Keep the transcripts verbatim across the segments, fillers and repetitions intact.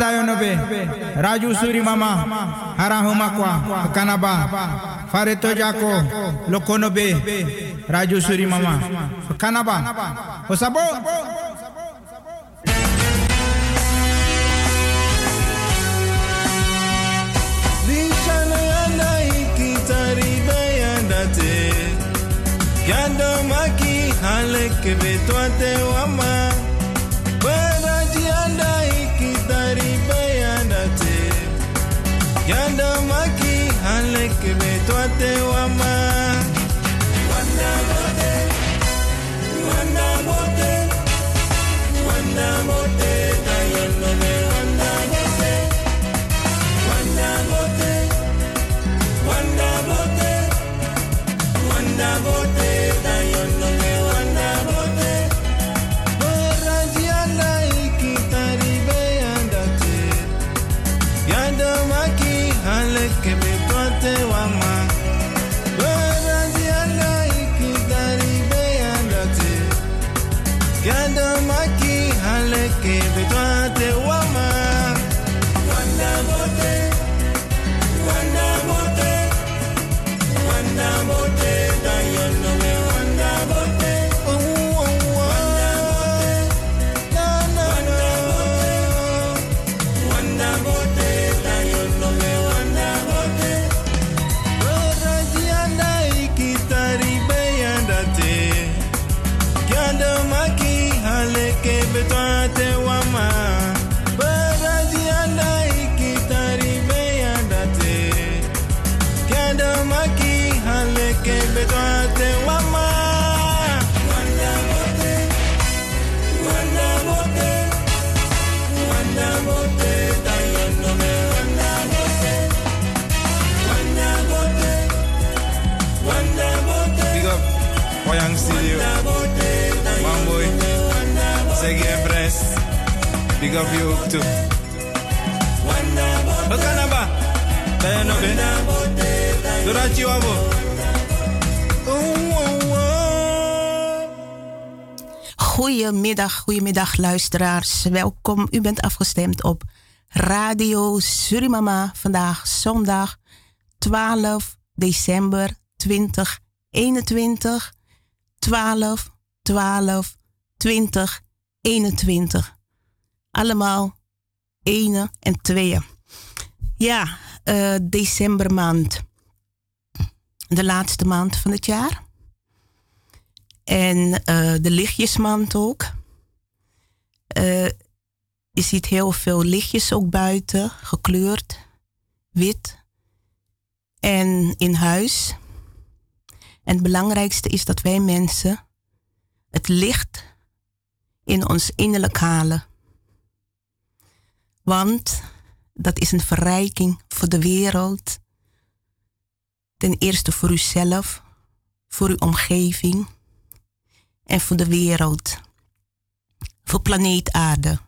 tayo no be. Raju suri mama. Harahuma kwa. Kanaba. Fareto jako. Lokono be. Raju suri mama. Kanaba. Osabo. Yando maki haleke betwate wama Baraji anda ikitari bayandate Yando maki haleke betwate wama Wanda bote Wanda bote Wanda bote Tayono me wanda bote Wanda bote Wanda bote Wanda bote que me toate wama Baraji anda ikitari bayandate Yando maki hale que me toate wama Wanda bote Wanda bote Wanda bote Dayono me wanda bote Oh oh oh Wanda bote Wanda bote Dayono me que betwate wama Baraji anda ikitari bayandate Kendo maki hale que betwate wama Wanda bote Wanda bote Wanda bote Dayono me wanda bote Wanda bote Wanda bote Big up Wayang Studio Mamboy Zeg je pres. Big up you ook toe. Wat kan er ba? Ben je nog in? Doordat je wabo. Goedemiddag, goedemiddag luisteraars. Welkom. U bent afgestemd op Radio Surimama. Vandaag zondag twaalf december tweeduizend eenentwintig. twaalf twaalf twintig eenentwintig. Allemaal ene en tweeën. Ja, uh, decembermaand. De laatste maand van het jaar. En uh, de lichtjesmaand ook. Uh, je ziet heel veel lichtjes ook buiten, gekleurd, wit. En in huis. En het belangrijkste is dat wij mensen het licht in ons innerlijk halen. Want dat is een verrijking voor de wereld. Ten eerste voor uzelf, voor uw omgeving en voor de wereld. Voor planeet Aarde.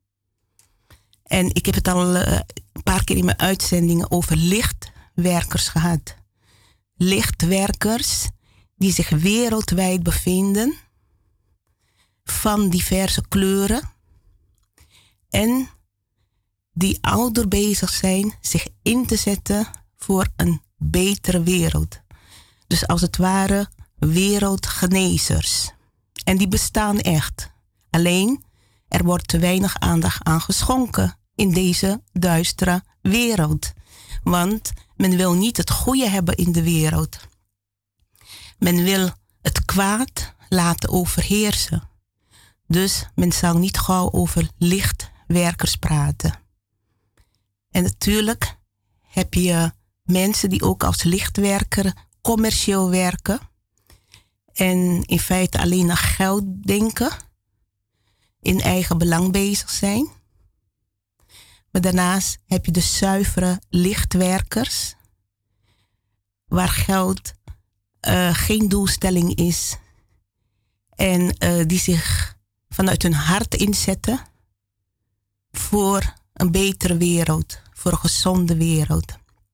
En ik heb het al uh, een paar keer in mijn uitzendingen over lichtwerkers gehad. Lichtwerkers die zich wereldwijd bevinden, van diverse kleuren en die ouder bezig zijn zich in te zetten voor een betere wereld. Dus als het ware wereldgenezers. En die bestaan echt. Alleen, er wordt te weinig aandacht aan geschonken in deze duistere wereld. Want men wil niet het goede hebben in de wereld. Men wil het kwaad laten overheersen. Dus men zou niet gauw over lichtwerkers praten. En natuurlijk heb je mensen die ook als lichtwerker commercieel werken. En in feite alleen naar geld denken. In eigen belang bezig zijn. Maar daarnaast heb je de zuivere lichtwerkers. Waar geld uh, geen doelstelling is. En uh, die zich vanuit hun hart inzetten. Voor een betere wereld. Voor een gezonde wereld.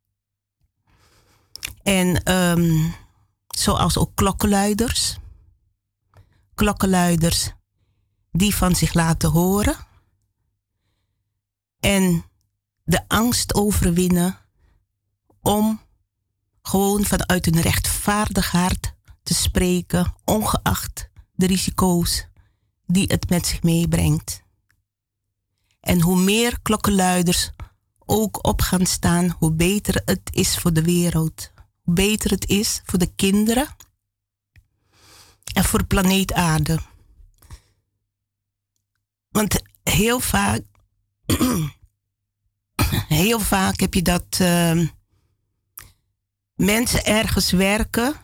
En um, zoals ook klokkenluiders. Klokkenluiders die van zich laten horen. En de angst overwinnen om gewoon vanuit een rechtvaardig hart te spreken, ongeacht de risico's die het met zich meebrengt. En hoe meer klokkenluiders ook op gaan staan, hoe beter het is voor de wereld. Hoe beter het is voor de kinderen en voor de planeet Aarde. Want heel vaak, heel vaak heb je dat uh, mensen ergens werken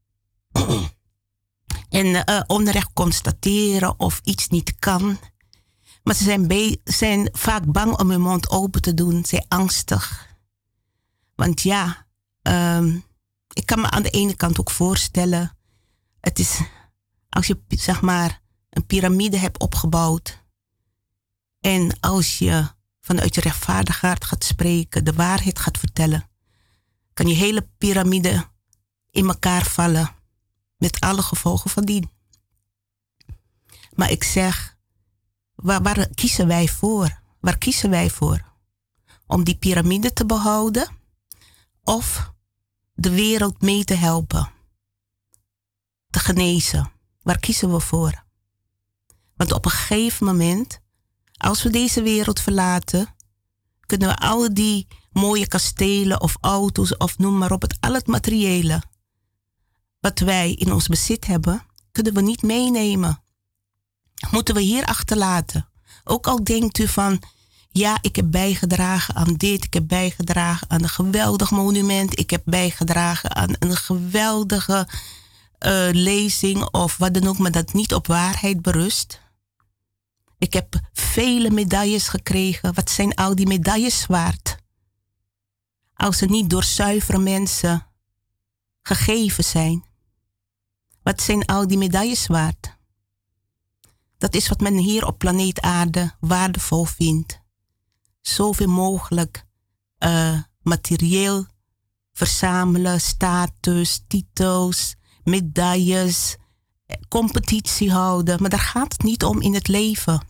en uh, onrecht constateren of iets niet kan. Maar ze zijn, be- zijn vaak bang om hun mond open te doen. Ze zijn angstig. Want ja, um, ik kan me aan de ene kant ook voorstellen. Het is als je zeg maar een piramide hebt opgebouwd. En als je vanuit je rechtvaardig hart gaat spreken, de waarheid gaat vertellen, kan je hele piramide in elkaar vallen. Met alle gevolgen van dien. Maar ik zeg, waar, waar kiezen wij voor? Waar kiezen wij voor? Om die piramide te behouden of de wereld mee te helpen? Te genezen? Waar kiezen we voor? Want op een gegeven moment, als we deze wereld verlaten, kunnen we al die mooie kastelen of auto's of noem maar op, het, al het materiële wat wij in ons bezit hebben, kunnen we niet meenemen. Moeten we hier achterlaten. Ook al denkt u van, ja, ik heb bijgedragen aan dit, ik heb bijgedragen aan een geweldig monument, ik heb bijgedragen aan een geweldige uh, lezing of wat dan ook, maar dat niet op waarheid berust. Ik heb vele medailles gekregen. Wat zijn al die medailles waard? Als ze niet door zuivere mensen gegeven zijn. Wat zijn al die medailles waard? Dat is wat men hier op planeet Aarde waardevol vindt. Zoveel mogelijk uh, materieel verzamelen, status, titels, medailles, competitie houden. Maar daar gaat het niet om in het leven.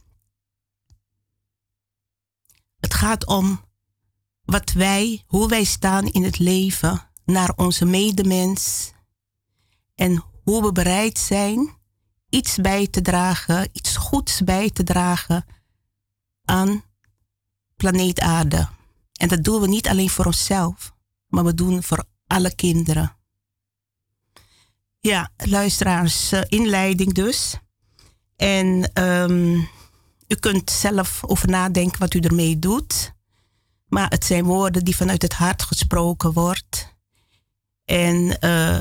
Het gaat om wat wij, hoe wij staan in het leven naar onze medemens en hoe we bereid zijn iets bij te dragen, iets goeds bij te dragen aan planeet Aarde. En dat doen we niet alleen voor onszelf, maar we doen voor alle kinderen. Ja, luisteraars, inleiding dus. En um, u kunt zelf over nadenken wat u ermee doet. Maar het zijn woorden die vanuit het hart gesproken wordt. En uh,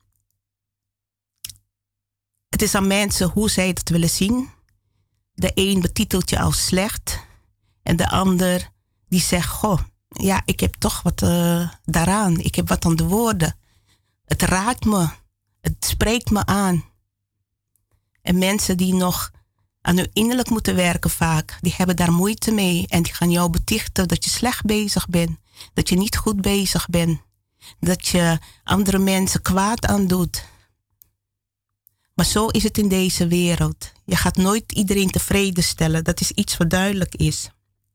het is aan mensen hoe zij dat willen zien. De een betitelt je als slecht. En de ander die zegt, goh, ja, ik heb toch wat uh, daaraan. Ik heb wat aan de woorden. Het raakt me. Het spreekt me aan. En mensen die nog aan hun innerlijk moeten werken vaak, die hebben daar moeite mee. En die gaan jou betichten dat je slecht bezig bent. Dat je niet goed bezig bent. Dat je andere mensen kwaad aandoet. Maar zo is het in deze wereld. Je gaat nooit iedereen tevreden stellen. Dat is iets wat duidelijk is.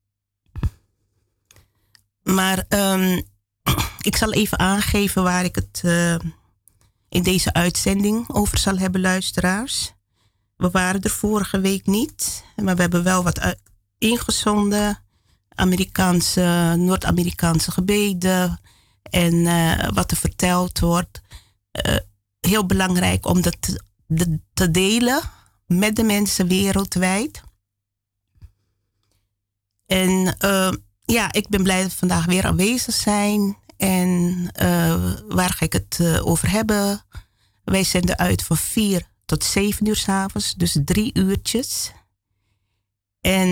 Maar um, ik zal even aangeven waar ik het uh, in deze uitzending over zal hebben, luisteraars. We waren er vorige week niet, maar we hebben wel wat ingezonden. Amerikaanse, Noord-Amerikaanse gebeden en uh, wat er verteld wordt. Uh, heel belangrijk om dat te, de, te delen met de mensen wereldwijd. En uh, ja, ik ben blij dat we vandaag weer aanwezig zijn. En uh, waar ga ik het uh, over hebben? Wij zenden uit van vier tot zeven uur 's avonds, dus drie uurtjes. En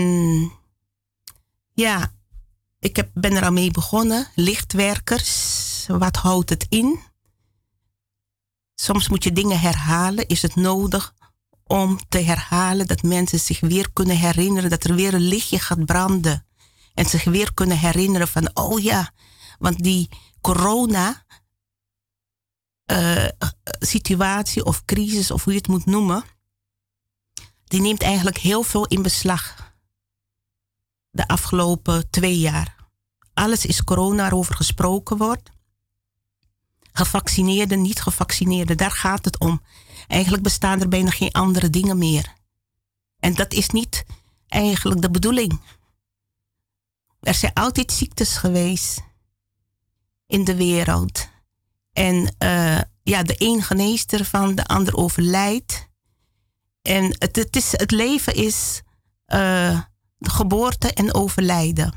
ja, ik heb, ben er al mee begonnen. Lichtwerkers, wat houdt het in? Soms moet je dingen herhalen. Is het nodig om te herhalen dat mensen zich weer kunnen herinneren, dat er weer een lichtje gaat branden. En zich weer kunnen herinneren van, oh ja, want die corona uh, situatie of crisis of hoe je het moet noemen, die neemt eigenlijk heel veel in beslag. de afgelopen twee jaar. Alles is corona waarover gesproken wordt. Gevaccineerden, niet gevaccineerden, daar gaat het om. Eigenlijk bestaan er bijna geen andere dingen meer. En dat is niet eigenlijk de bedoeling. Er zijn altijd ziektes geweest in de wereld. En uh, ja, de een geneest ervan, de ander overlijdt. En het, het, is, het leven is uh, de geboorte en overlijden.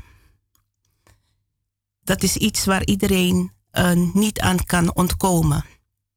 Dat is iets waar iedereen uh, niet aan kan ontkomen.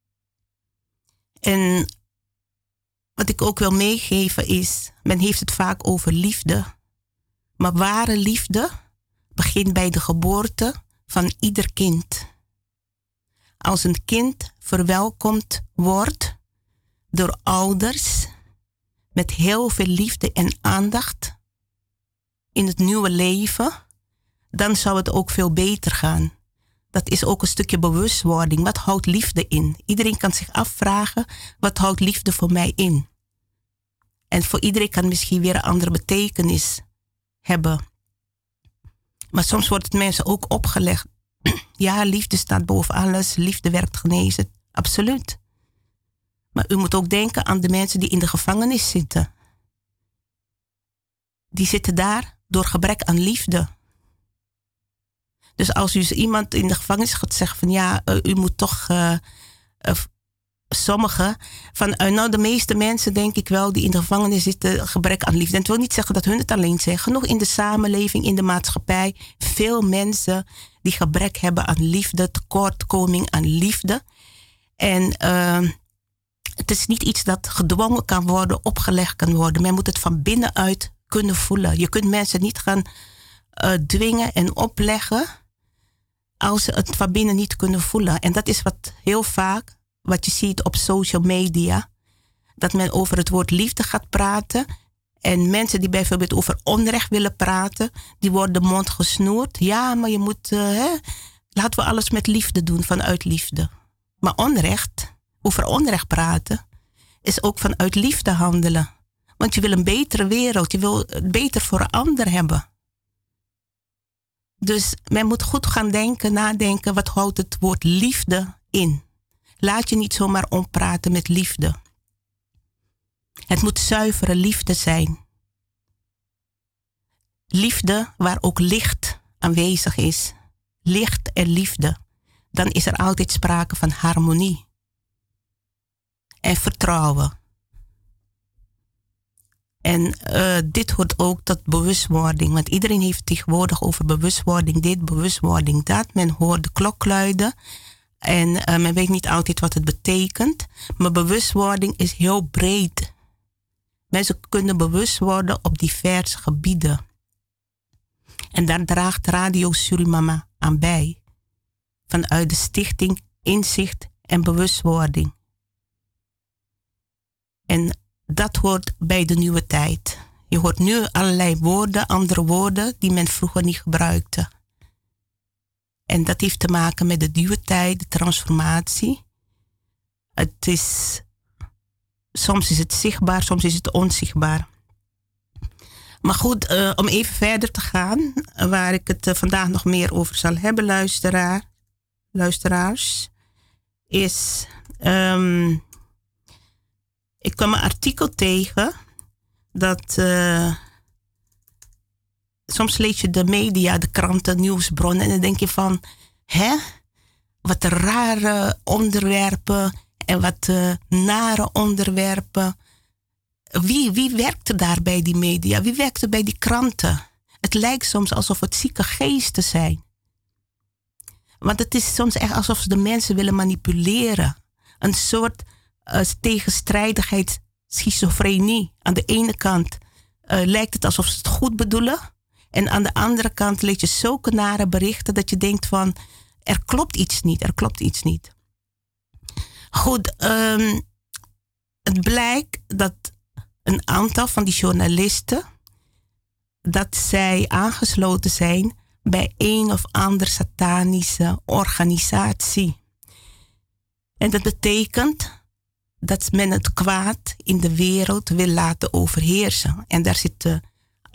En wat ik ook wil meegeven is, men heeft het vaak over liefde. Maar ware liefde begint bij de geboorte van ieder kind. Als een kind verwelkomd wordt door ouders met heel veel liefde en aandacht in het nieuwe leven, dan zou het ook veel beter gaan. Dat is ook een stukje bewustwording. Wat houdt liefde in? Iedereen kan zich afvragen, wat houdt liefde voor mij in? En voor iedereen kan misschien weer een andere betekenis hebben. Maar soms wordt het mensen ook opgelegd. Ja, liefde staat boven alles. Liefde werkt genezen. Absoluut. Maar u moet ook denken aan de mensen die in de gevangenis zitten. Die zitten daar door gebrek aan liefde. Dus als u iemand in de gevangenis gaat zeggen van ja, uh, u moet toch uh, uh, sommigen van uh, nou de meeste mensen denk ik wel die in de gevangenis zitten gebrek aan liefde. En het wil niet zeggen dat hun het alleen zeggen. Nog in de samenleving, in de maatschappij, veel mensen die gebrek hebben aan liefde, tekortkoming aan liefde. En uh, het is niet iets dat gedwongen kan worden, opgelegd kan worden. Men moet het van binnenuit kunnen voelen. Je kunt mensen niet gaan uh, dwingen en opleggen als ze het van binnen niet kunnen voelen. En dat is wat heel vaak, wat je ziet op social media, dat men over het woord liefde gaat praten. En mensen die bijvoorbeeld over onrecht willen praten, die worden de mond gesnoerd. Ja, maar je moet, uh, hè, laten we alles met liefde doen, vanuit liefde. Maar onrecht, over onrecht praten, is ook vanuit liefde handelen. Want je wil een betere wereld, je wil het beter voor een ander hebben. Dus men moet goed gaan denken, nadenken, wat houdt het woord liefde in? Laat je niet zomaar ompraten met liefde. Het moet zuivere liefde zijn. Liefde waar ook licht aanwezig is. Licht en liefde. Dan is er altijd sprake van harmonie. En vertrouwen. En uh, dit hoort ook tot bewustwording. Want iedereen heeft tegenwoordig over bewustwording dit, bewustwording dat. Men hoort de klok luiden. En uh, men weet niet altijd wat het betekent. Maar bewustwording is heel breed. Mensen kunnen bewust worden op diverse gebieden. En daar draagt Radio Surimama aan bij. Vanuit de stichting Inzicht en Bewustwording. En dat hoort bij de nieuwe tijd. Je hoort nu allerlei woorden, andere woorden die men vroeger niet gebruikte. En dat heeft te maken met de nieuwe tijd, de transformatie. Het is, soms is het zichtbaar, soms is het onzichtbaar. Maar goed, uh, om even verder te gaan, waar ik het uh, vandaag nog meer over zal hebben, luisteraar, luisteraars, is, um, ik kwam een artikel tegen dat, uh, soms lees je de media, de kranten, nieuwsbronnen en dan denk je van, hè, wat rare onderwerpen en wat uh, nare onderwerpen. Wie, wie werkte daar bij die media? Wie werkte bij die kranten? Het lijkt soms alsof het zieke geesten zijn. Want het is soms echt alsof ze de mensen willen manipuleren. Een soort uh, tegenstrijdigheid, schizofrenie. Aan de ene kant uh, lijkt het alsof ze het goed bedoelen. En aan de andere kant lees je zulke nare berichten dat je denkt van, er klopt iets niet, er klopt iets niet. Goed, um, het blijkt dat een aantal van die journalisten, dat zij aangesloten zijn bij een of andere satanische organisatie. En dat betekent dat men het kwaad in de wereld wil laten overheersen. En daar zitten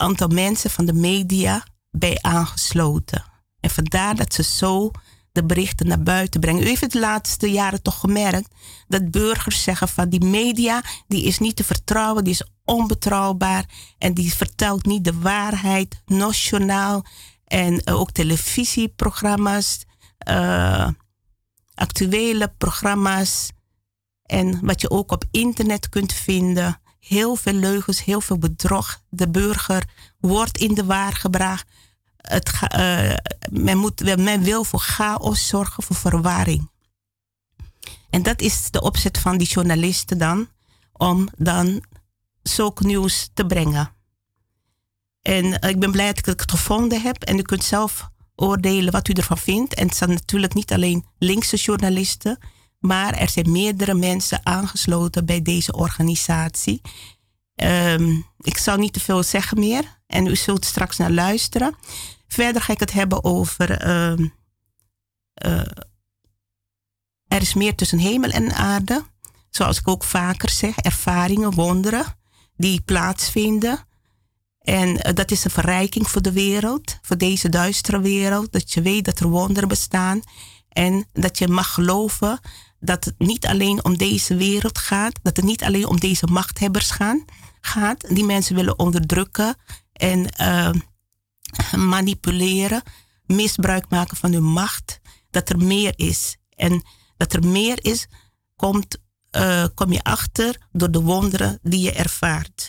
aantal mensen van de media bij aangesloten. En vandaar dat ze zo de berichten naar buiten brengen. U heeft het de laatste jaren toch gemerkt dat burgers zeggen van die media, die is niet te vertrouwen, die is onbetrouwbaar en die vertelt niet de waarheid, nationaal en uh, ook televisieprogramma's, uh, actuele programma's en wat je ook op internet kunt vinden. Heel veel leugens, heel veel bedrog. De burger wordt in de war gebracht. Het ga, uh, men, moet, men wil voor chaos zorgen, voor verwarring. En dat is de opzet van die journalisten dan, om dan zulk nieuws te brengen. En uh, ik ben blij dat ik het gevonden heb. En u kunt zelf oordelen wat u ervan vindt. En het zijn natuurlijk niet alleen linkse journalisten, maar er zijn meerdere mensen aangesloten bij deze organisatie. Um, ik zal niet te veel zeggen meer. En u zult straks naar luisteren. Verder ga ik het hebben over Uh, uh, er is meer tussen hemel en aarde. Zoals ik ook vaker zeg. Ervaringen, wonderen die plaatsvinden. En uh, dat is een verrijking voor de wereld. Voor deze duistere wereld. Dat je weet dat er wonderen bestaan. En dat je mag geloven dat het niet alleen om deze wereld gaat. Dat het niet alleen om deze machthebbers gaan, gaat. Die mensen willen onderdrukken en uh, manipuleren. Misbruik maken van hun macht. Dat er meer is. En dat er meer is, komt, uh, kom je achter door de wonderen die je ervaart.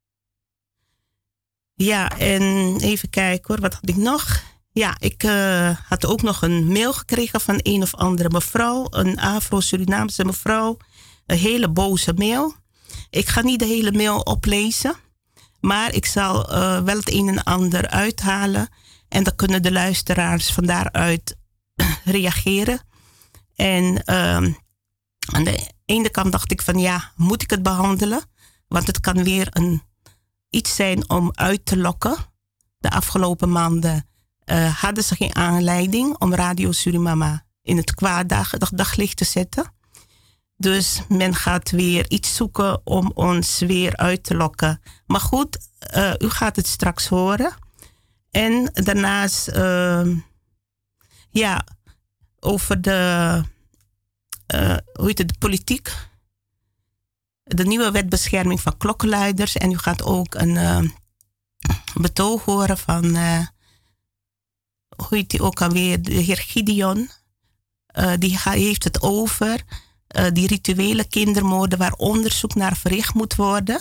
Ja, en even kijken hoor, wat had ik nog? Ja, ik uh, had ook nog een mail gekregen van een of andere mevrouw. Een Afro-Surinaamse mevrouw. Een hele boze mail. Ik ga niet de hele mail oplezen. Maar ik zal uh, wel het een en ander uithalen. En dan kunnen de luisteraars van daaruit reageren. En uh, aan de ene kant dacht ik van ja, moet ik het behandelen? Want het kan weer een, iets zijn om uit te lokken. De afgelopen maanden Uh, hadden ze geen aanleiding om Radio Surimama in het kwaad dag, dag, daglicht te zetten. Dus men gaat weer iets zoeken om ons weer uit te lokken. Maar goed, uh, u gaat het straks horen. En daarnaast, uh, ja, over de, uh, hoe heet het, de politiek. De nieuwe wet bescherming van klokkenluiders. En u gaat ook een uh, betoog horen van Uh, hoe heet die ook alweer, de heer Gideon, uh, die heeft het over uh, die rituele kindermoorden waar onderzoek naar verricht moet worden.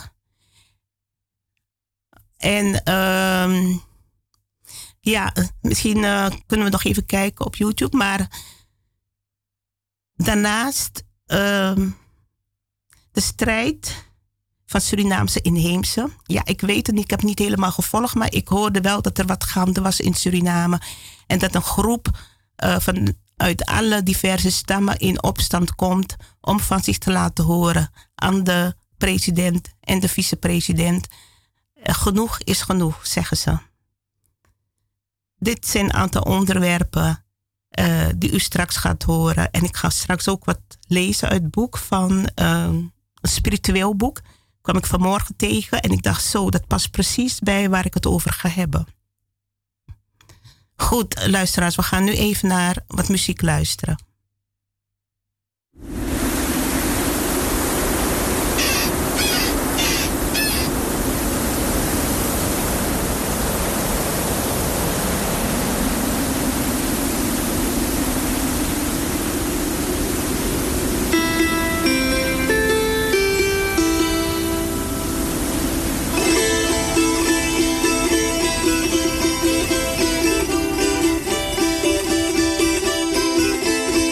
En uh, ja, misschien uh, kunnen we nog even kijken op YouTube, maar daarnaast uh, de strijd van Surinaamse inheemse. Ja, ik weet het niet, ik heb het niet helemaal gevolgd, maar ik hoorde wel dat er wat gaande was in Suriname. En dat een groep uh, van, uit alle diverse stammen in opstand komt om van zich te laten horen aan de president en de vicepresident. Uh, genoeg is genoeg, zeggen ze. Dit zijn een aantal onderwerpen uh, die u straks gaat horen. En ik ga straks ook wat lezen uit het boek van uh, een spiritueel boek. Kwam ik vanmorgen tegen en ik dacht zo, dat past precies bij waar ik het over ga hebben. Goed, luisteraars, we gaan nu even naar wat muziek luisteren. Thank you.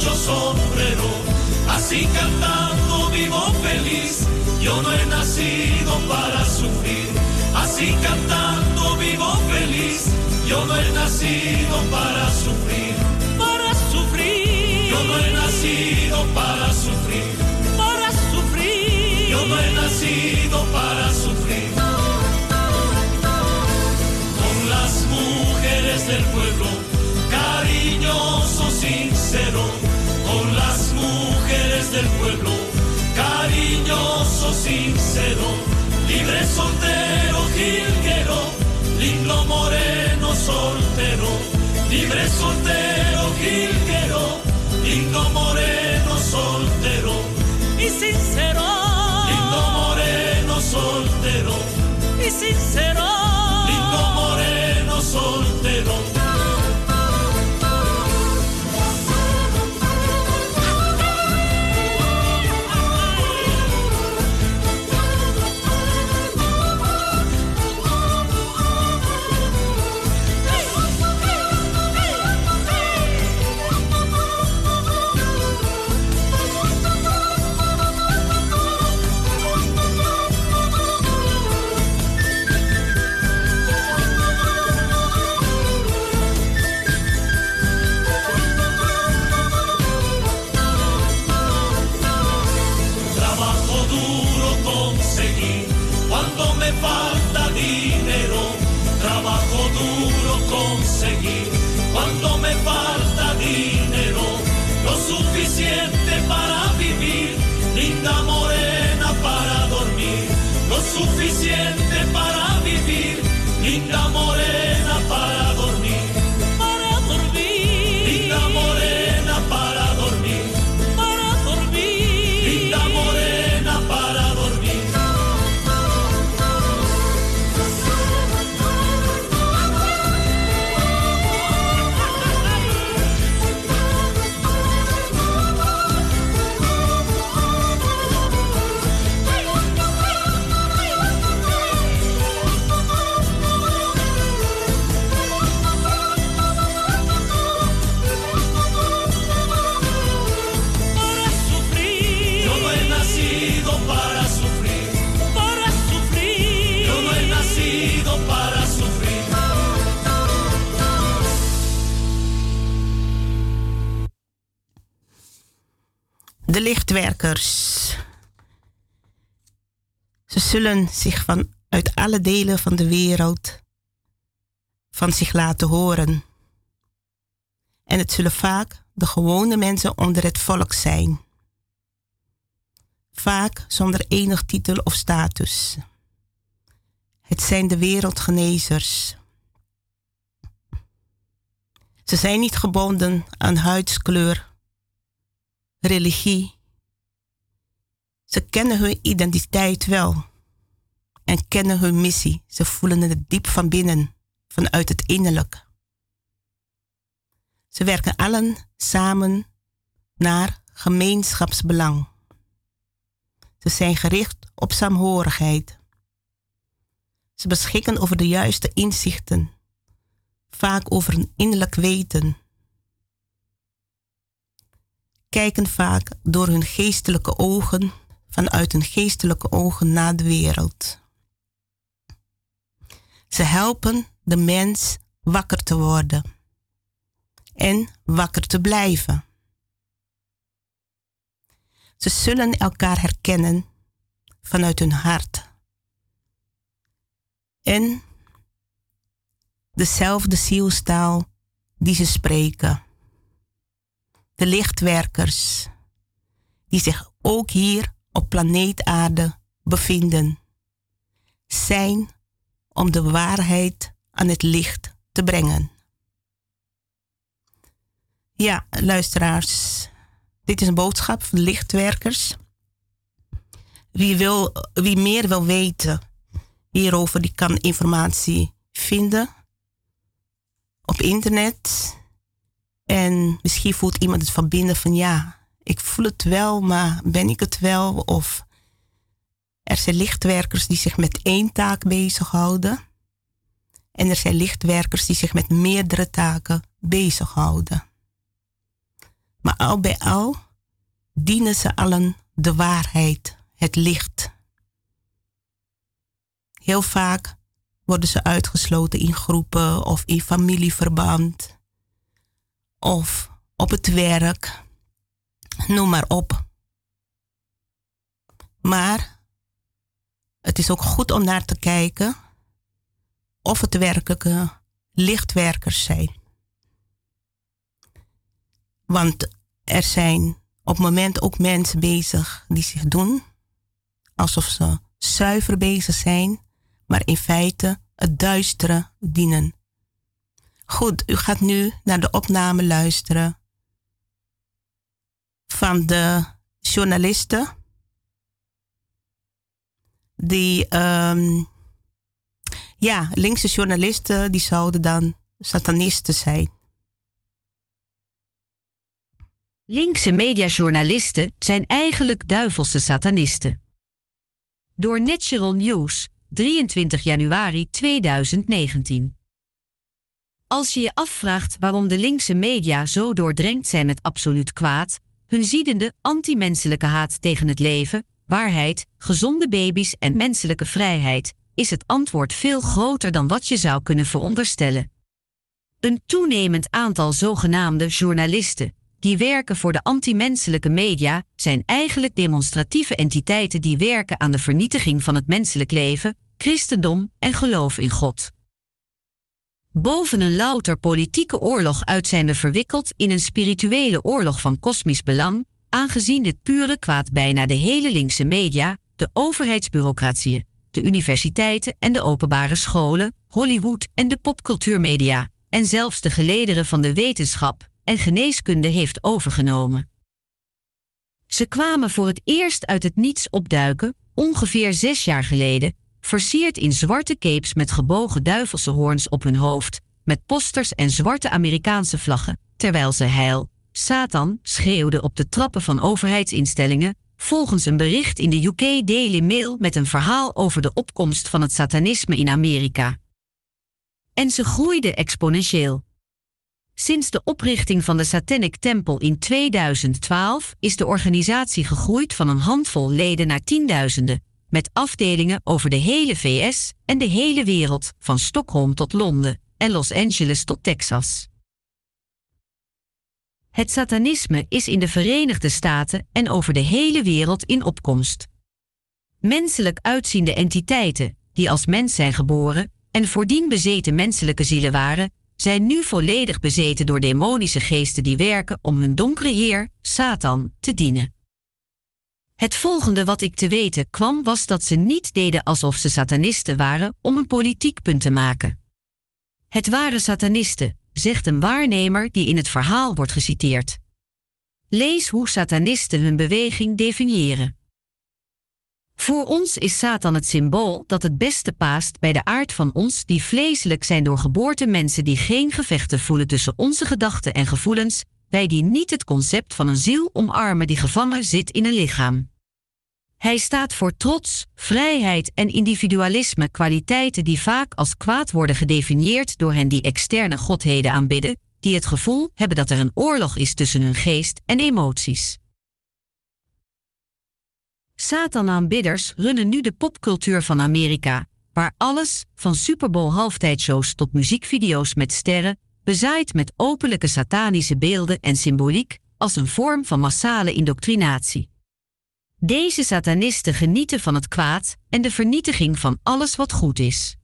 mucho sombrero, así cantando vivo feliz. Yo no he nacido para sufrir, así cantando vivo feliz. Yo no he nacido para sufrir, para sufrir. yo no he nacido para sufrir, para sufrir. yo no he nacido para sufrir. Con las mujeres del pueblo, cariñoso, sincero, con las mujeres del pueblo, cariñoso, sincero, libre, soltero, jilguero, lindo, moreno, soltero, libre, soltero, jilguero, lindo, moreno, soltero y sincero, lindo, moreno, soltero y sincero, lindo, moreno, soltero. Me falta dinero, trabajo duro conseguir. Cuando me falta dinero, lo suficiente para vivir. Linda morena para dormir, lo suficiente para vivir. Linda morena para dormir, para dormir. Linda morena para dormir, para dormir. Linda morena para dormir. De lichtwerkers. Ze zullen zich van uit alle delen van de wereld van zich laten horen. En het zullen vaak de gewone mensen onder het volk zijn. Vaak zonder enig titel of status. Het zijn de wereldgenezers. Ze zijn niet gebonden aan huidskleur, religie. Ze kennen hun identiteit wel en kennen hun missie. Ze voelen het diep van binnen, vanuit het innerlijk. Ze werken allen samen naar gemeenschapsbelang. Ze zijn gericht op saamhorigheid. Ze beschikken over de juiste inzichten, vaak over een innerlijk weten. Kijken vaak door hun geestelijke ogen, vanuit hun geestelijke ogen naar de wereld. Ze helpen de mens wakker te worden en wakker te blijven. Ze zullen elkaar herkennen vanuit hun hart en dezelfde zielstaal die ze spreken. De lichtwerkers die zich ook hier op planeet Aarde bevinden, zijn om de waarheid aan het licht te brengen. Ja, luisteraars, dit is een boodschap van de lichtwerkers. Wie, wil, wie meer wil weten hierover, die kan informatie vinden op internet. En misschien voelt iemand het van binnen van ja, ik voel het wel, maar ben ik het wel? Of er zijn lichtwerkers die zich met één taak bezighouden. En er zijn lichtwerkers die zich met meerdere taken bezighouden. Maar al bij al dienen ze allen de waarheid, het licht. Heel vaak worden ze uitgesloten in groepen of in familieverband of op het werk, noem maar op. Maar het is ook goed om naar te kijken of het werkelijke lichtwerkers zijn. Want er zijn op het moment ook mensen bezig die zich doen alsof ze zuiver bezig zijn, maar in feite het duistere dienen. Goed, u gaat nu naar de opname luisteren van de journalisten die, um, ja, linkse journalisten, die zouden dan satanisten zijn. Linkse mediajournalisten zijn eigenlijk duivelse satanisten. Door Natural News, drieëntwintig januari tweeduizend negentien. Als je je afvraagt waarom de linkse media zo doordrenkt zijn met absoluut kwaad, hun ziedende, anti-menselijke haat tegen het leven, waarheid, gezonde baby's en menselijke vrijheid, is het antwoord veel groter dan wat je zou kunnen veronderstellen. Een toenemend aantal zogenaamde journalisten, die werken voor de anti-menselijke media, zijn eigenlijk demonstratieve entiteiten die werken aan de vernietiging van het menselijk leven, christendom en geloof in God. Boven een louter politieke oorlog uit zijn we verwikkeld in een spirituele oorlog van kosmisch belang, aangezien dit pure kwaad bijna de hele linkse media, de overheidsbureaucratieën, de universiteiten en de openbare scholen, Hollywood en de popcultuurmedia, en zelfs de gelederen van de wetenschap en geneeskunde heeft overgenomen. Ze kwamen voor het eerst uit het niets opduiken, ongeveer zes jaar geleden, versierd in zwarte capes met gebogen duivelse hoorns op hun hoofd, met posters en zwarte Amerikaanse vlaggen, terwijl ze heil, Satan, schreeuwden op de trappen van overheidsinstellingen, volgens een bericht in de U K Daily Mail met een verhaal over de opkomst van het satanisme in Amerika. En ze groeiden exponentieel. Sinds de oprichting van de Satanic Temple in tweeduizend twaalf is de organisatie gegroeid van een handvol leden naar tienduizenden, met afdelingen over de hele V S en de hele wereld, van Stockholm tot Londen en Los Angeles tot Texas. Het satanisme is in de Verenigde Staten en over de hele wereld in opkomst. Menselijk uitziende entiteiten, die als mens zijn geboren en voordien bezeten menselijke zielen waren, zijn nu volledig bezeten door demonische geesten die werken om hun donkere heer, Satan, te dienen. Het volgende wat ik te weten kwam was dat ze niet deden alsof ze satanisten waren om een politiek punt te maken. Het waren satanisten, zegt een waarnemer die in het verhaal wordt geciteerd. Lees hoe satanisten hun beweging definiëren. Voor ons is Satan het symbool dat het beste paast bij de aard van ons die vleeselijk zijn door geboorte, mensen die geen gevechten voelen tussen onze gedachten en gevoelens, wij die niet het concept van een ziel omarmen die gevangen zit in een lichaam. Hij staat voor trots, vrijheid en individualisme, kwaliteiten die vaak als kwaad worden gedefinieerd door hen die externe godheden aanbidden, die het gevoel hebben dat er een oorlog is tussen hun geest en emoties. Satan-aanbidders runnen nu de popcultuur van Amerika, waar alles, van Super Bowl halftijdshows tot muziekvideo's met sterren, bezaaid met openlijke satanische beelden en symboliek, als een vorm van massale indoctrinatie. Deze satanisten genieten van het kwaad en de vernietiging van alles wat goed is.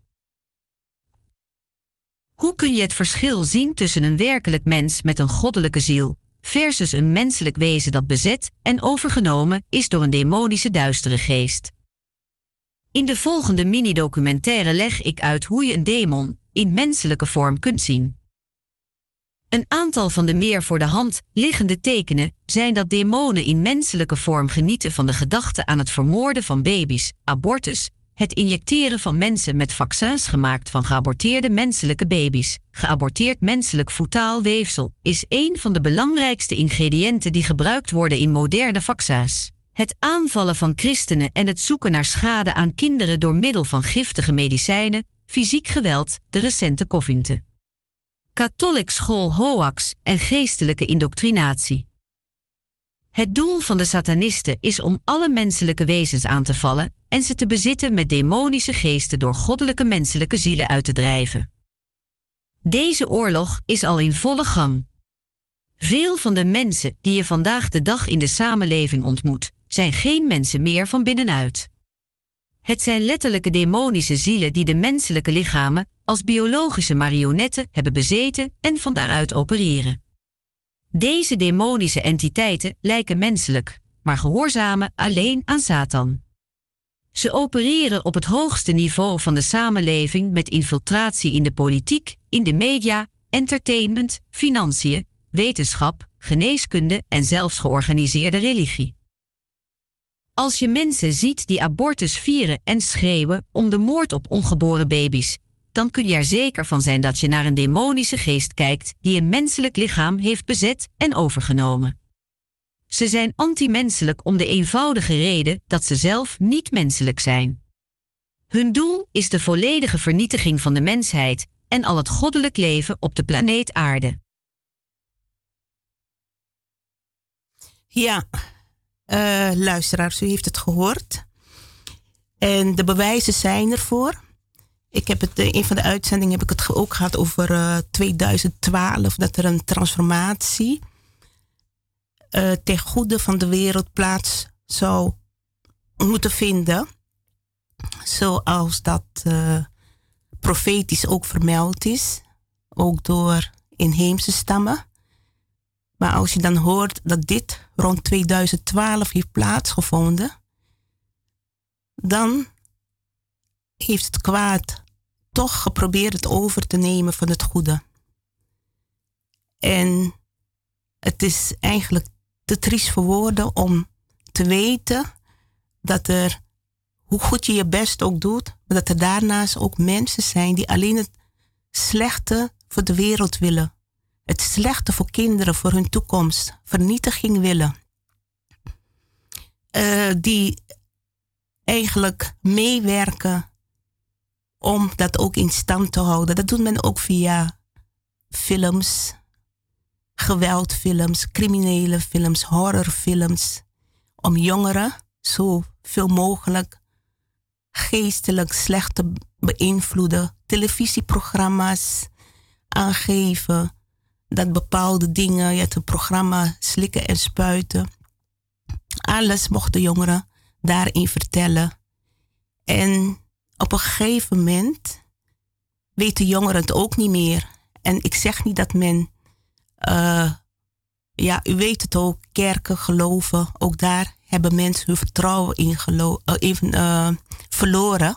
Hoe kun je het verschil zien tussen een werkelijk mens met een goddelijke ziel versus een menselijk wezen dat bezet en overgenomen is door een demonische duistere geest? In de volgende mini-documentaire leg ik uit hoe je een demon in menselijke vorm kunt zien. Een aantal van de meer voor de hand liggende tekenen zijn dat demonen in menselijke vorm genieten van de gedachte aan het vermoorden van baby's, abortus, het injecteren van mensen met vaccins gemaakt van geaborteerde menselijke baby's. Geaborteerd menselijk foetaal weefsel is een van de belangrijkste ingrediënten die gebruikt worden in moderne vaccins. Het aanvallen van christenen en het zoeken naar schade aan kinderen door middel van giftige medicijnen, fysiek geweld, de recente Covington. Katholiek school hoax en geestelijke indoctrinatie. Het doel van de satanisten is om alle menselijke wezens aan te vallen en ze te bezitten met demonische geesten door goddelijke menselijke zielen uit te drijven. Deze oorlog is al in volle gang. Veel van de mensen die je vandaag de dag in de samenleving ontmoet, zijn geen mensen meer van binnenuit. Het zijn letterlijke demonische zielen die de menselijke lichamen als biologische marionetten hebben bezeten en van daaruit opereren. Deze demonische entiteiten lijken menselijk, maar gehoorzamen alleen aan Satan. Ze opereren op het hoogste niveau van de samenleving met infiltratie in de politiek, in de media, entertainment, financiën, wetenschap, geneeskunde en zelfs georganiseerde religie. Als je mensen ziet die abortus vieren en schreeuwen om de moord op ongeboren baby's, dan kun je er zeker van zijn dat je naar een demonische geest kijkt die een menselijk lichaam heeft bezet en overgenomen. Ze zijn anti-menselijk om de eenvoudige reden dat ze zelf niet menselijk zijn. Hun doel is de volledige vernietiging van de mensheid en al het goddelijk leven op de planeet Aarde. Ja, uh, luisteraars, u heeft het gehoord. En de bewijzen zijn ervoor. Ik heb het, in een van de uitzendingen heb ik het ook gehad over uh, tweeduizend twaalf, dat er een transformatie uh, ten goede van de wereld plaats zou moeten vinden. Zoals dat uh, profetisch ook vermeld is, ook door inheemse stammen. Maar als je dan hoort dat dit rond tweeduizend twaalf heeft plaatsgevonden, dan heeft het kwaad toch geprobeerd het over te nemen van het goede. En het is eigenlijk te triest voor woorden om te weten dat er, hoe goed je je best ook doet, maar dat er daarnaast ook mensen zijn die alleen het slechte voor de wereld willen. Het slechte voor kinderen, voor hun toekomst, vernietiging willen. Uh, die eigenlijk meewerken om dat ook in stand te houden. Dat doet men ook via films, geweldfilms, criminele films, horrorfilms. Om jongeren zoveel mogelijk geestelijk slecht te beïnvloeden. Televisieprogramma's aangeven dat bepaalde dingen, je hebt een programma Slikken en Spuiten. Alles mochten jongeren daarin vertellen. En op een gegeven moment weten jongeren het ook niet meer. En ik zeg niet dat men, uh, ja, u weet het ook, kerken, geloven, ook daar hebben mensen hun vertrouwen in, gelo- uh, in uh, verloren.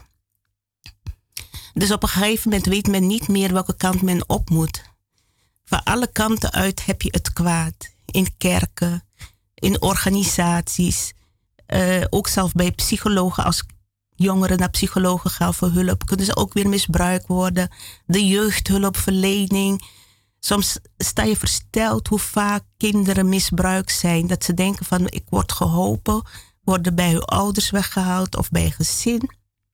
Dus op een gegeven moment weet men niet meer welke kant men op moet. Van alle kanten uit heb je het kwaad. In kerken, in organisaties, uh, ook zelfs bij psychologen. Als jongeren naar psychologen gaan voor hulp, kunnen ze ook weer misbruikt worden. De jeugdhulpverlening. Soms sta je versteld hoe vaak kinderen misbruikt zijn. Dat ze denken van, ik word geholpen, worden bij hun ouders weggehaald of bij een gezin.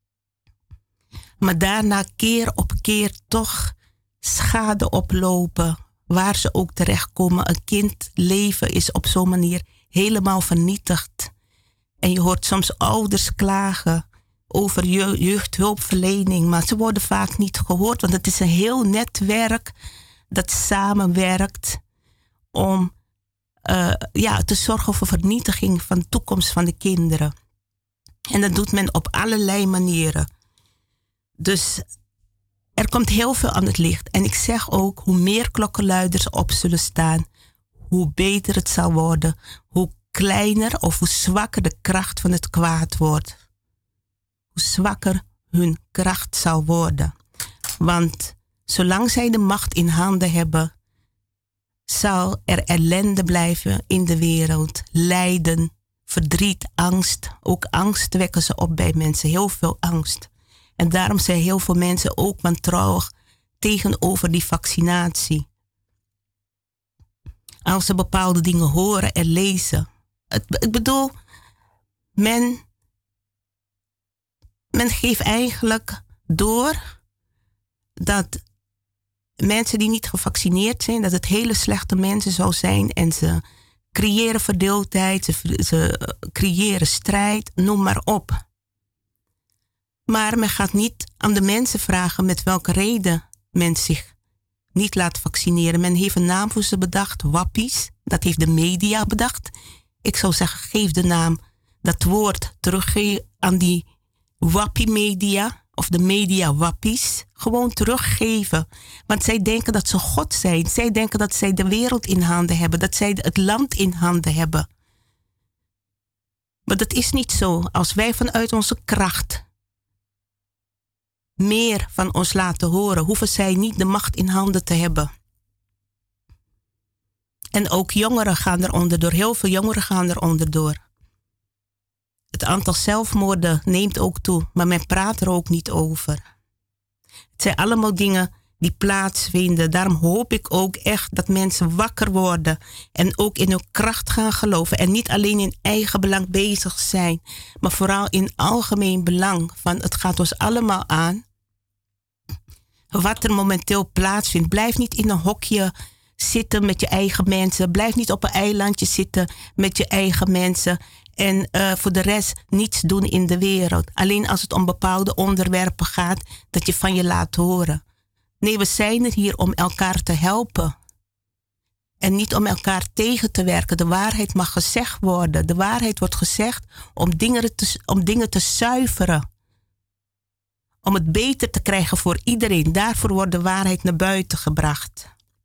Maar daarna keer op keer toch schade oplopen, waar ze ook terechtkomen. Een kindleven is op zo'n manier helemaal vernietigd. En je hoort soms ouders klagen over je- jeugdhulpverlening, maar ze worden vaak niet gehoord, want het is een heel netwerk dat samenwerkt om uh, ja, te zorgen voor vernietiging van de toekomst van de kinderen. En dat doet men op allerlei manieren. Dus er komt heel veel aan het licht. En ik zeg ook, hoe meer klokkenluiders op zullen staan, hoe beter het zal worden. Hoe kleiner of hoe zwakker de kracht van het kwaad wordt. Hoe zwakker hun kracht zal worden. Want zolang zij de macht in handen hebben, zal er ellende blijven in de wereld. Lijden, verdriet, angst. Ook angst wekken ze op bij mensen. Heel veel angst. En daarom zijn heel veel mensen ook wantrouwig tegenover die vaccinatie. Als ze bepaalde dingen horen en lezen. Het, ik bedoel, men, men geeft eigenlijk door dat mensen die niet gevaccineerd zijn, dat het hele slechte mensen zou zijn en ze creëren verdeeldheid, ze, ze creëren strijd, noem maar op. Maar men gaat niet aan de mensen vragen met welke reden men zich niet laat vaccineren. Men heeft een naam voor ze bedacht, wappies. Dat heeft de media bedacht. Ik zou zeggen, geef de naam, dat woord terug aan die wappie-media of de media-wappies. Gewoon teruggeven. Want zij denken dat ze God zijn. Zij denken dat zij de wereld in handen hebben. Dat zij het land in handen hebben. Maar dat is niet zo. Als wij vanuit onze kracht meer van ons laten horen, hoeven zij niet de macht in handen te hebben. En ook jongeren gaan eronder door. Heel veel jongeren gaan eronder door. Het aantal zelfmoorden neemt ook toe, maar men praat er ook niet over. Het zijn allemaal dingen die plaatsvinden. Daarom hoop ik ook echt dat mensen wakker worden en ook in hun kracht gaan geloven en niet alleen in eigen belang bezig zijn, maar vooral in algemeen belang. Van het gaat ons allemaal aan. Wat er momenteel plaatsvindt, blijf niet in een hokje zitten met je eigen mensen. Blijf niet op een eilandje zitten met je eigen mensen. En uh, voor de rest niets doen in de wereld. Alleen als het om bepaalde onderwerpen gaat, dat je van je laat horen. Nee, we zijn er hier om elkaar te helpen. En niet om elkaar tegen te werken. De waarheid mag gezegd worden. De waarheid wordt gezegd om dingen te, om dingen te zuiveren. Om het beter te krijgen voor iedereen. Daarvoor wordt de waarheid naar buiten gebracht.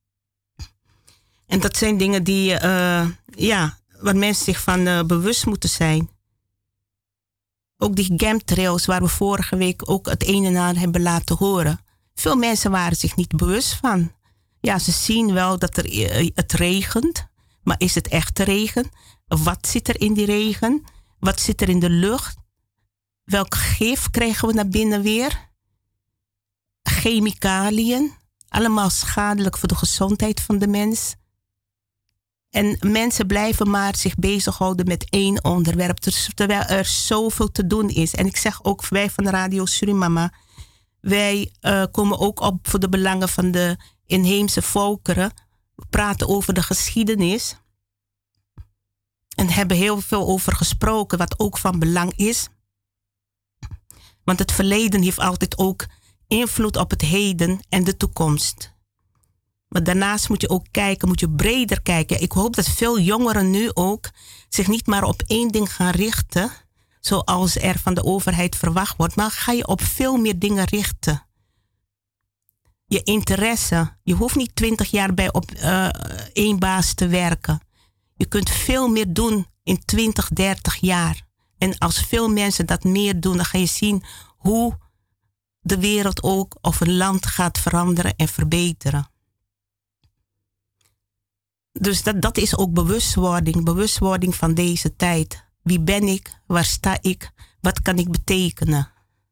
En dat zijn dingen die, uh, ja, waar mensen zich van uh, bewust moeten zijn. Ook die chemtrails waar we vorige week ook het een en ander hebben laten horen. Veel mensen waren zich niet bewust van. Ja, ze zien wel dat er, uh, het regent. Maar is het echt regen? Wat zit er in die regen? Wat zit er in de lucht? Welk gif krijgen we naar binnen weer? Chemicaliën. Allemaal schadelijk voor de gezondheid van de mens. En mensen blijven maar zich bezighouden met één onderwerp. Terwijl er zoveel te doen is. En ik zeg ook, wij van Radio Surimama, wij uh, komen ook op voor de belangen van de inheemse volkeren. We praten over de geschiedenis. En hebben heel veel over gesproken, wat ook van belang is. Want het verleden heeft altijd ook invloed op het heden en de toekomst. Maar daarnaast moet je ook kijken, moet je breder kijken. Ik hoop dat veel jongeren nu ook zich niet maar op één ding gaan richten, zoals er van de overheid verwacht wordt, maar ga je op veel meer dingen richten. Je interesse. Je hoeft niet twintig jaar bij op uh, één baas te werken. Je kunt veel meer doen in twintig, dertig jaar. En als veel mensen dat meer doen, dan ga je zien hoe de wereld ook of een land gaat veranderen en verbeteren. Dus dat, dat is ook bewustwording. Bewustwording van deze tijd. Wie ben ik? Waar sta ik? Wat kan ik betekenen?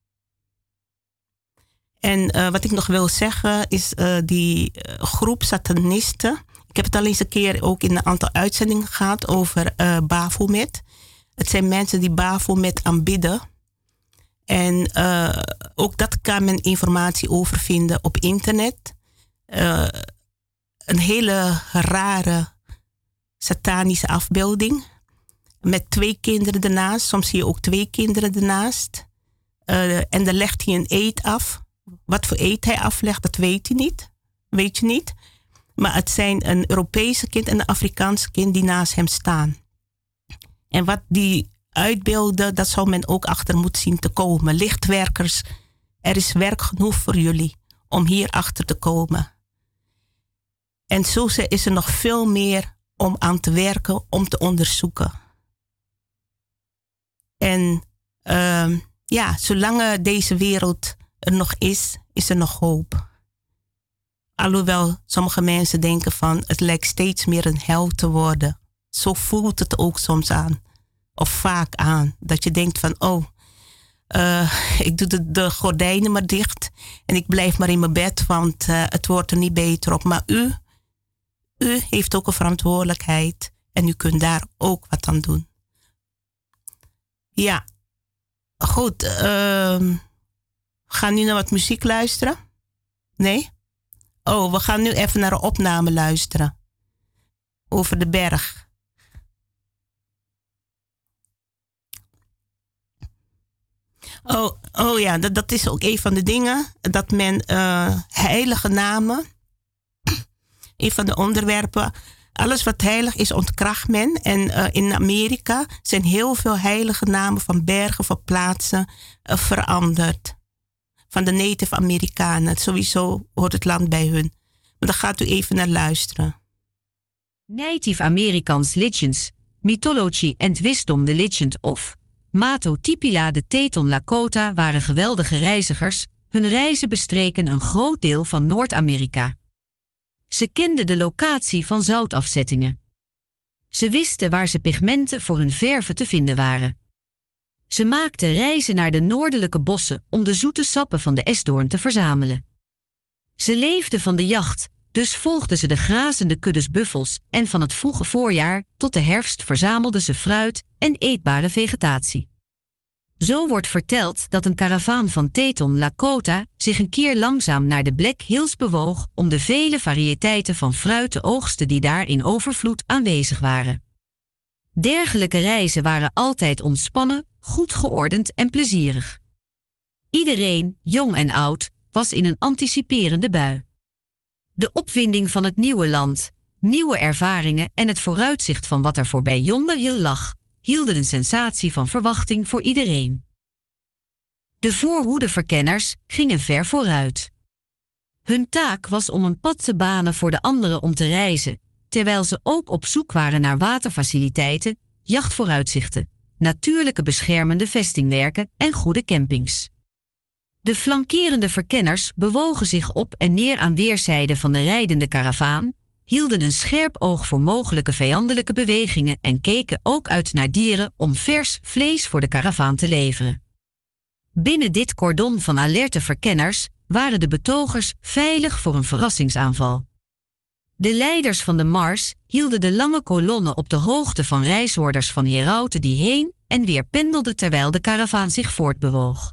En uh, wat ik nog wil zeggen is uh, die uh, groep satanisten. Ik heb het al eens een keer ook in een aantal uitzendingen gehad over uh, Baphomet. Het zijn mensen die Baphomet aanbidden. En uh, ook dat kan men informatie over vinden op internet. Uh, een hele rare satanische afbeelding. Met twee kinderen ernaast. Soms zie je ook twee kinderen ernaast. Uh, en dan legt hij een eed af. Wat voor eed hij aflegt, dat weet hij niet. Weet je niet. Maar het zijn een Europese kind en een Afrikaanse kind die naast hem staan. En wat die uitbeelden, dat zou men ook achter moeten zien te komen. Lichtwerkers, er is werk genoeg voor jullie om hier achter te komen. En zo is er nog veel meer om aan te werken, om te onderzoeken. En uh, ja, zolang deze wereld er nog is, is er nog hoop. Alhoewel sommige mensen denken van het lijkt steeds meer een hel te worden. Zo voelt het ook soms aan. Of vaak aan. Dat je denkt van oh, uh, ik doe de, de gordijnen maar dicht. En ik blijf maar in mijn bed, want uh, het wordt er niet beter op. Maar u, u heeft ook een verantwoordelijkheid. En u kunt daar ook wat aan doen. Ja, goed. Uh, we gaan nu naar wat muziek luisteren. Nee? Oh, we gaan nu even naar een opname luisteren. Over de berg. Oh, oh ja, dat, dat is ook een van de dingen. Dat men uh, heilige namen, een van de onderwerpen, alles wat heilig is ontkracht men. En uh, in Amerika zijn heel veel heilige namen van bergen, van plaatsen uh, veranderd. Van de Native Amerikanen. Sowieso hoort het land bij hun. Maar daar gaat u even naar luisteren. Native Americans Legends, Mythology and Wisdom, the Legend of Mato Tipila de Teton Lakota waren geweldige reizigers. Hun reizen bestreken een groot deel van Noord-Amerika. Ze kenden de locatie van zoutafzettingen. Ze wisten waar ze pigmenten voor hun verven te vinden waren. Ze maakten reizen naar de noordelijke bossen om de zoete sappen van de esdoorn te verzamelen. Ze leefden van de jacht, dus volgden ze de grazende kuddes buffels en van het vroege voorjaar tot de herfst verzamelden ze fruit en eetbare vegetatie. Zo wordt verteld dat een karavaan van Teton Lakota zich een keer langzaam naar de Black Hills bewoog om de vele variëteiten van fruit te oogsten die daar in overvloed aanwezig waren. Dergelijke reizen waren altijd ontspannen, goed geordend en plezierig. Iedereen, jong en oud, was in een anticiperende bui. De opwinding van het nieuwe land, nieuwe ervaringen en het vooruitzicht van wat er voorbij Yonder Hill lag, hielden een sensatie van verwachting voor iedereen. De voorhoedeverkenners gingen ver vooruit. Hun taak was om een pad te banen voor de anderen om te reizen, terwijl ze ook op zoek waren naar waterfaciliteiten, jachtvooruitzichten, natuurlijke beschermende vestingwerken en goede campings. De flankerende verkenners bewogen zich op en neer aan weerszijden van de rijdende karavaan, hielden een scherp oog voor mogelijke vijandelijke bewegingen en keken ook uit naar dieren om vers vlees voor de karavaan te leveren. Binnen dit cordon van alerte verkenners waren de betogers veilig voor een verrassingsaanval. De leiders van de mars hielden de lange kolonne op de hoogte van reisorders van herauten die heen en weer pendelden terwijl de karavaan zich voortbewoog.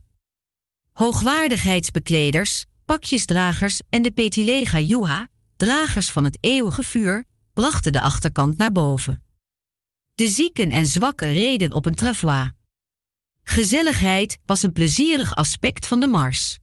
Hoogwaardigheidsbekleders, pakjesdragers en de Petilega Yuha, dragers van het eeuwige vuur, brachten de achterkant naar boven. De zieken en zwakken reden op een travois. Gezelligheid was een plezierig aspect van de mars.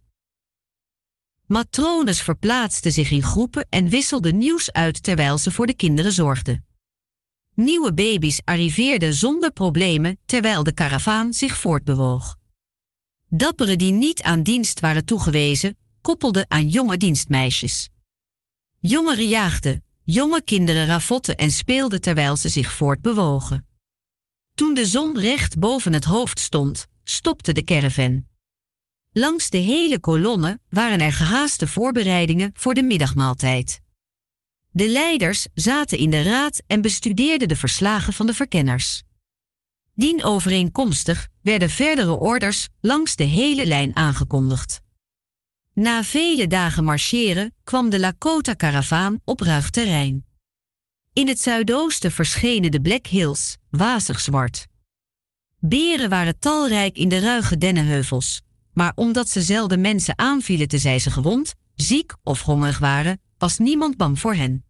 Matrones verplaatsten zich in groepen en wisselden nieuws uit terwijl ze voor de kinderen zorgden. Nieuwe baby's arriveerden zonder problemen terwijl de karavaan zich voortbewoog. Dapperen die niet aan dienst waren toegewezen, koppelden aan jonge dienstmeisjes. Jongeren jaagden, jonge kinderen ravotten en speelden terwijl ze zich voortbewogen. Toen de zon recht boven het hoofd stond, stopte de caravan. Langs de hele kolonne waren er gehaaste voorbereidingen voor de middagmaaltijd. De leiders zaten in de raad en bestudeerden de verslagen van de verkenners. Dienovereenkomstig werden verdere orders langs de hele lijn aangekondigd. Na vele dagen marcheren kwam de Lakota-karavaan op ruig terrein. In het zuidoosten verschenen de Black Hills, wazig zwart. Beren waren talrijk in de ruige dennenheuvels, maar omdat ze zelden mensen aanvielen tenzij ze gewond, ziek of hongerig waren, was niemand bang voor hen.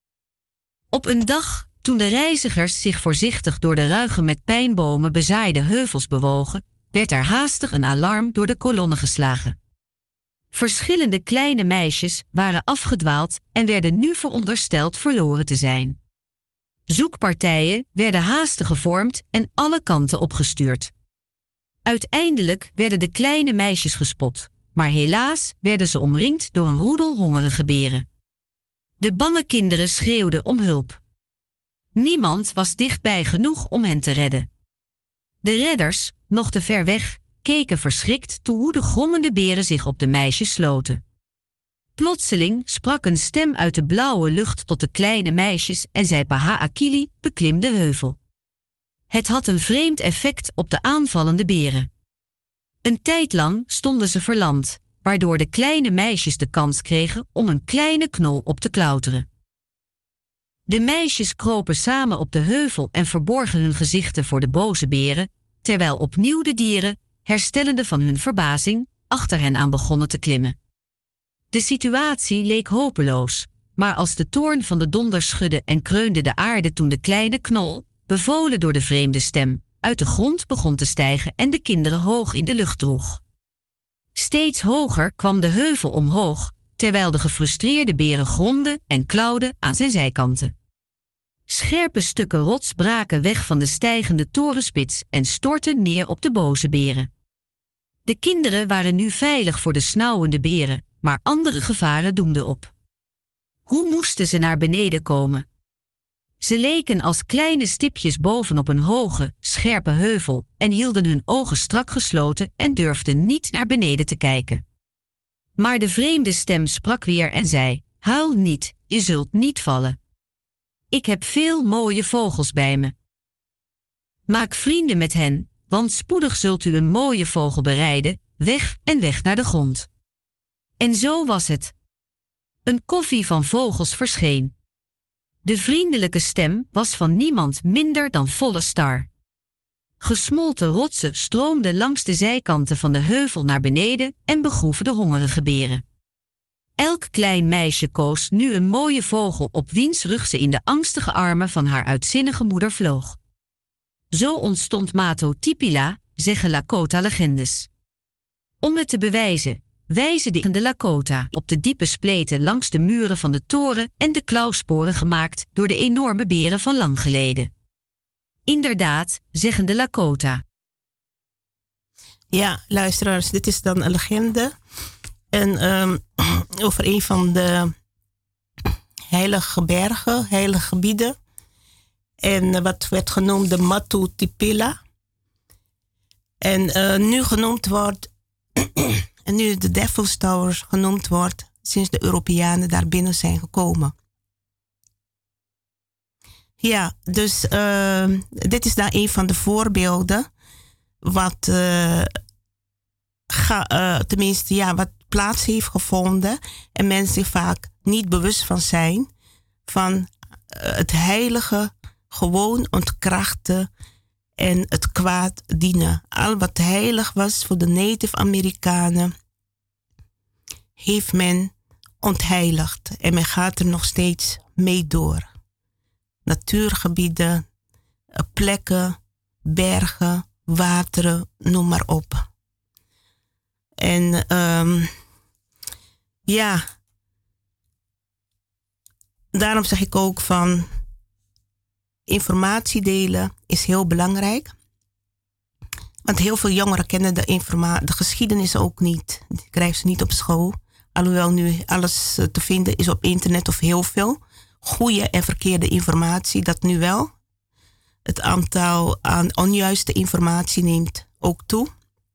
Op een dag, toen de reizigers zich voorzichtig door de ruige met pijnbomen bezaaide heuvels bewogen, werd er haastig een alarm door de kolonne geslagen. Verschillende kleine meisjes waren afgedwaald en werden nu verondersteld verloren te zijn. Zoekpartijen werden haastig gevormd en alle kanten opgestuurd. Uiteindelijk werden de kleine meisjes gespot, maar helaas werden ze omringd door een roedel hongerige beren. De bange kinderen schreeuwden om hulp. Niemand was dichtbij genoeg om hen te redden. De redders, nog te ver weg, keken verschrikt toe hoe de grommende beren zich op de meisjes sloten. Plotseling sprak een stem uit de blauwe lucht tot de kleine meisjes en zei: Paha-Akili, beklim de heuvel. Het had een vreemd effect op de aanvallende beren. Een tijd lang stonden ze verlamd, waardoor de kleine meisjes de kans kregen om een kleine knol op te klauteren. De meisjes kropen samen op de heuvel en verborgen hun gezichten voor de boze beren, terwijl opnieuw de dieren, herstellende van hun verbazing, achter hen aan begonnen te klimmen. De situatie leek hopeloos, maar als de toorn van de donder schudde en kreunde de aarde toen de kleine knol, bevolen door de vreemde stem, uit de grond begon te stijgen en de kinderen hoog in de lucht droeg. Steeds hoger kwam de heuvel omhoog, terwijl de gefrustreerde beren gromden en klauwden aan zijn zijkanten. Scherpe stukken rots braken weg van de stijgende torenspits en stortten neer op de boze beren. De kinderen waren nu veilig voor de snauwende beren, maar andere gevaren doemden op. Hoe moesten ze naar beneden komen? Ze leken als kleine stipjes bovenop een hoge, scherpe heuvel en hielden hun ogen strak gesloten en durfden niet naar beneden te kijken. Maar de vreemde stem sprak weer en zei: huil niet, je zult niet vallen. Ik heb veel mooie vogels bij me. Maak vrienden met hen, want spoedig zult u een mooie vogel bereiden, weg en weg naar de grond. En zo was het. Een koffie van vogels verscheen. De vriendelijke stem was van niemand minder dan Volle Star. Gesmolten rotsen stroomden langs de zijkanten van de heuvel naar beneden en begroeven de hongerige beren. Elk klein meisje koos nu een mooie vogel op wiens rug ze in de angstige armen van haar uitzinnige moeder vloog. Zo ontstond Mato Tipila, zeggen Lakota-legendes. Om het te bewijzen, wijzen de Lakota op de diepe spleten langs de muren van de toren en de klauwsporen gemaakt door de enorme beren van lang geleden. Inderdaad, zeggen de Lakota. Ja, luisteraars, dit is dan een legende. En um, over een van de heilige bergen, heilige gebieden. En uh, wat werd genoemd de Mato Tipila. En uh, nu genoemd wordt, en nu de Devil's Tower genoemd wordt, sinds de Europeanen daar binnen zijn gekomen. Ja, dus uh, dit is dan een van de voorbeelden wat, uh, ga, uh, tenminste, ja, wat plaats heeft gevonden en mensen zich vaak niet bewust van zijn van uh, het heilige gewoon ontkrachten en het kwaad dienen. Al wat heilig was voor de Native Amerikanen heeft men ontheiligd en men gaat er nog steeds mee door. Natuurgebieden, plekken, bergen, wateren, noem maar op. En um, ja, daarom zeg ik ook van informatie delen is heel belangrijk. Want heel veel jongeren kennen de, informa- de geschiedenis ook niet. Die krijgen ze niet op school. Alhoewel nu alles te vinden is op internet of heel veel. Goede en verkeerde informatie, dat nu wel. Het aantal aan onjuiste informatie neemt ook toe.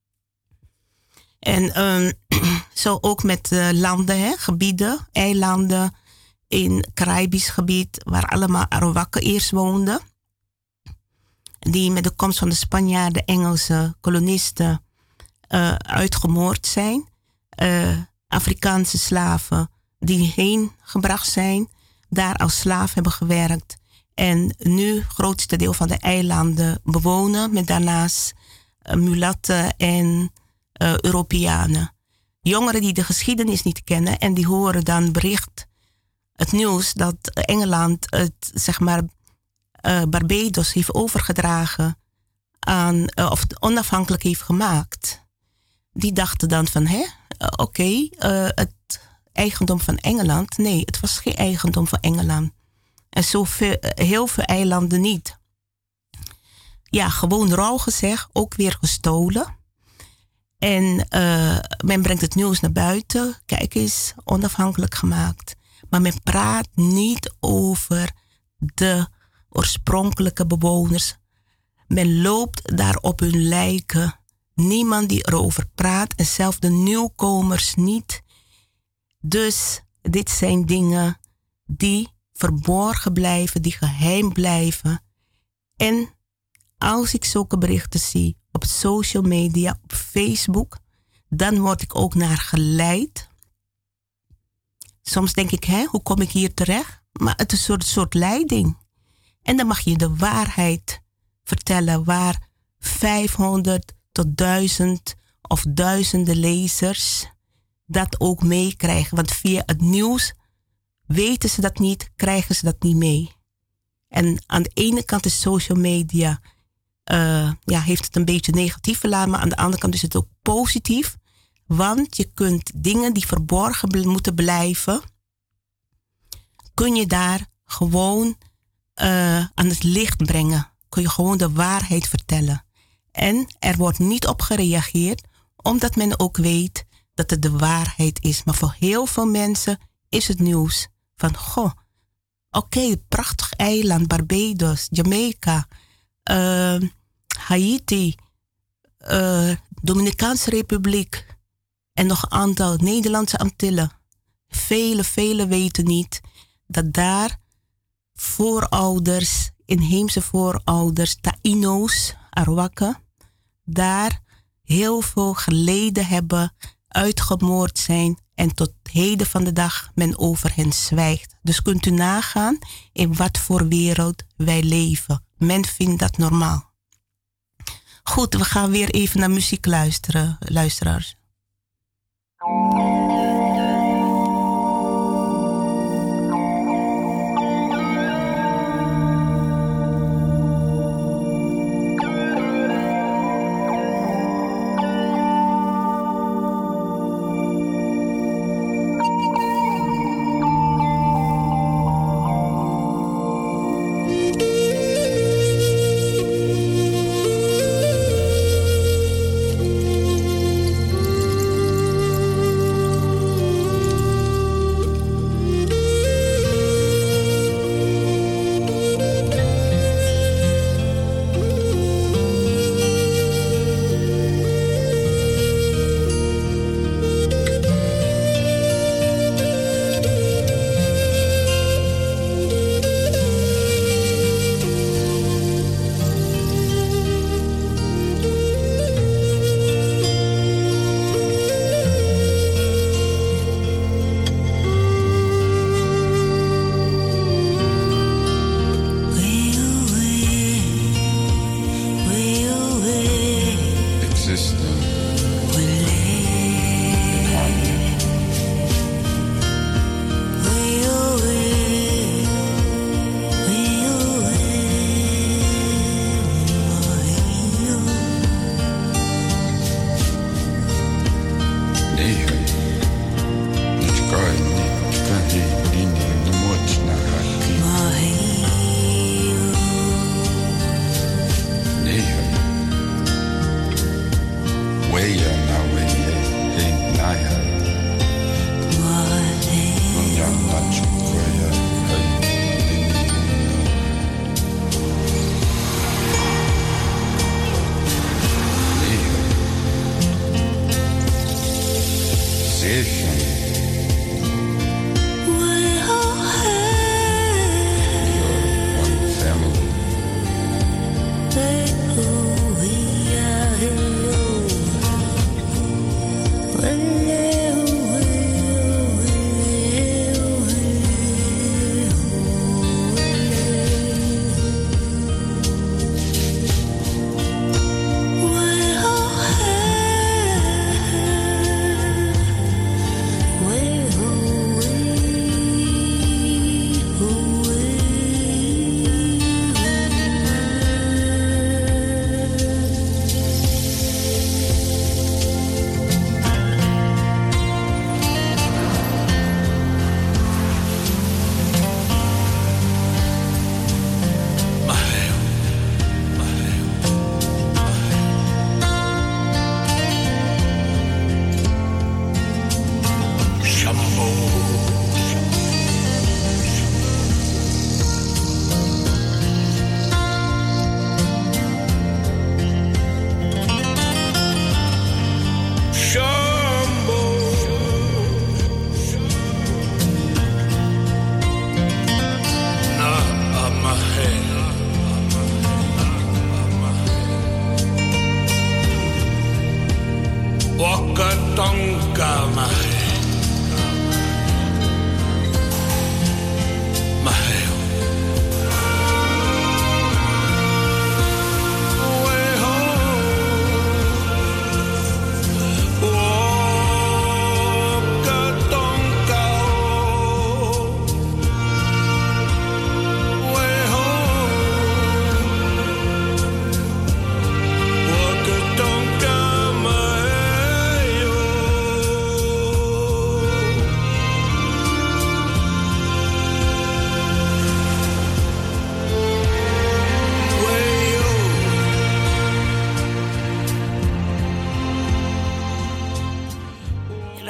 En um, zo ook met uh, landen, hè, gebieden, eilanden in Caribisch gebied, waar allemaal Arawakken eerst woonden. Die met de komst van de Spanjaarden, Engelse kolonisten uh, uitgemoord zijn. Uh, Afrikaanse slaven die heen gebracht zijn, daar als slaaf hebben gewerkt. En nu het grootste deel van de eilanden bewonen, met daarnaast uh, mulatten en uh, Europeanen. Jongeren die de geschiedenis niet kennen en die horen dan bericht, het nieuws dat Engeland het, zeg maar, uh, Barbados heeft overgedragen aan, uh, of het onafhankelijk heeft gemaakt. Die dachten dan van, hè, uh, oké, okay, uh, het eigendom van Engeland. Nee, het was geen eigendom van Engeland. En zo veel, heel veel eilanden niet. Ja, gewoon rauw gezegd, ook weer gestolen. En uh, men brengt het nieuws naar buiten. Kijk eens, onafhankelijk gemaakt. Maar men praat niet over de oorspronkelijke bewoners. Men loopt daar op hun lijken. Niemand die erover praat. En zelfs de nieuwkomers niet. Dus dit zijn dingen die verborgen blijven, die geheim blijven. En als ik zulke berichten zie op social media, op Facebook, dan word ik ook naar geleid. Soms denk ik, hè, hoe kom ik hier terecht? Maar het is een soort, soort leiding. En dan mag je de waarheid vertellen waar vijfhonderd tot duizend of duizenden lezers dat ook meekrijgen. Want via het nieuws weten ze dat niet, krijgen ze dat niet mee. En aan de ene kant is social media uh, ja, heeft het een beetje negatief verlaten. Maar aan de andere kant is het ook positief. Want je kunt dingen die verborgen bl- moeten blijven, kun je daar gewoon uh, aan het licht brengen. Kun je gewoon de waarheid vertellen. En er wordt niet op gereageerd, omdat men ook weet dat het de waarheid is. Maar voor heel veel mensen is het nieuws van, goh, oké, okay, prachtig eiland, Barbados, Jamaica, uh, Haiti, uh, Dominicaanse Republiek en nog een aantal Nederlandse Antillen. Vele, vele weten niet dat daar voorouders, inheemse voorouders, Taino's, Arawakken, daar heel veel geleden hebben, uitgemoord zijn en tot heden van de dag men over hen zwijgt. Dus kunt u nagaan in wat voor wereld wij leven. Men vindt dat normaal. Goed, we gaan weer even naar muziek luisteren, luisteraars.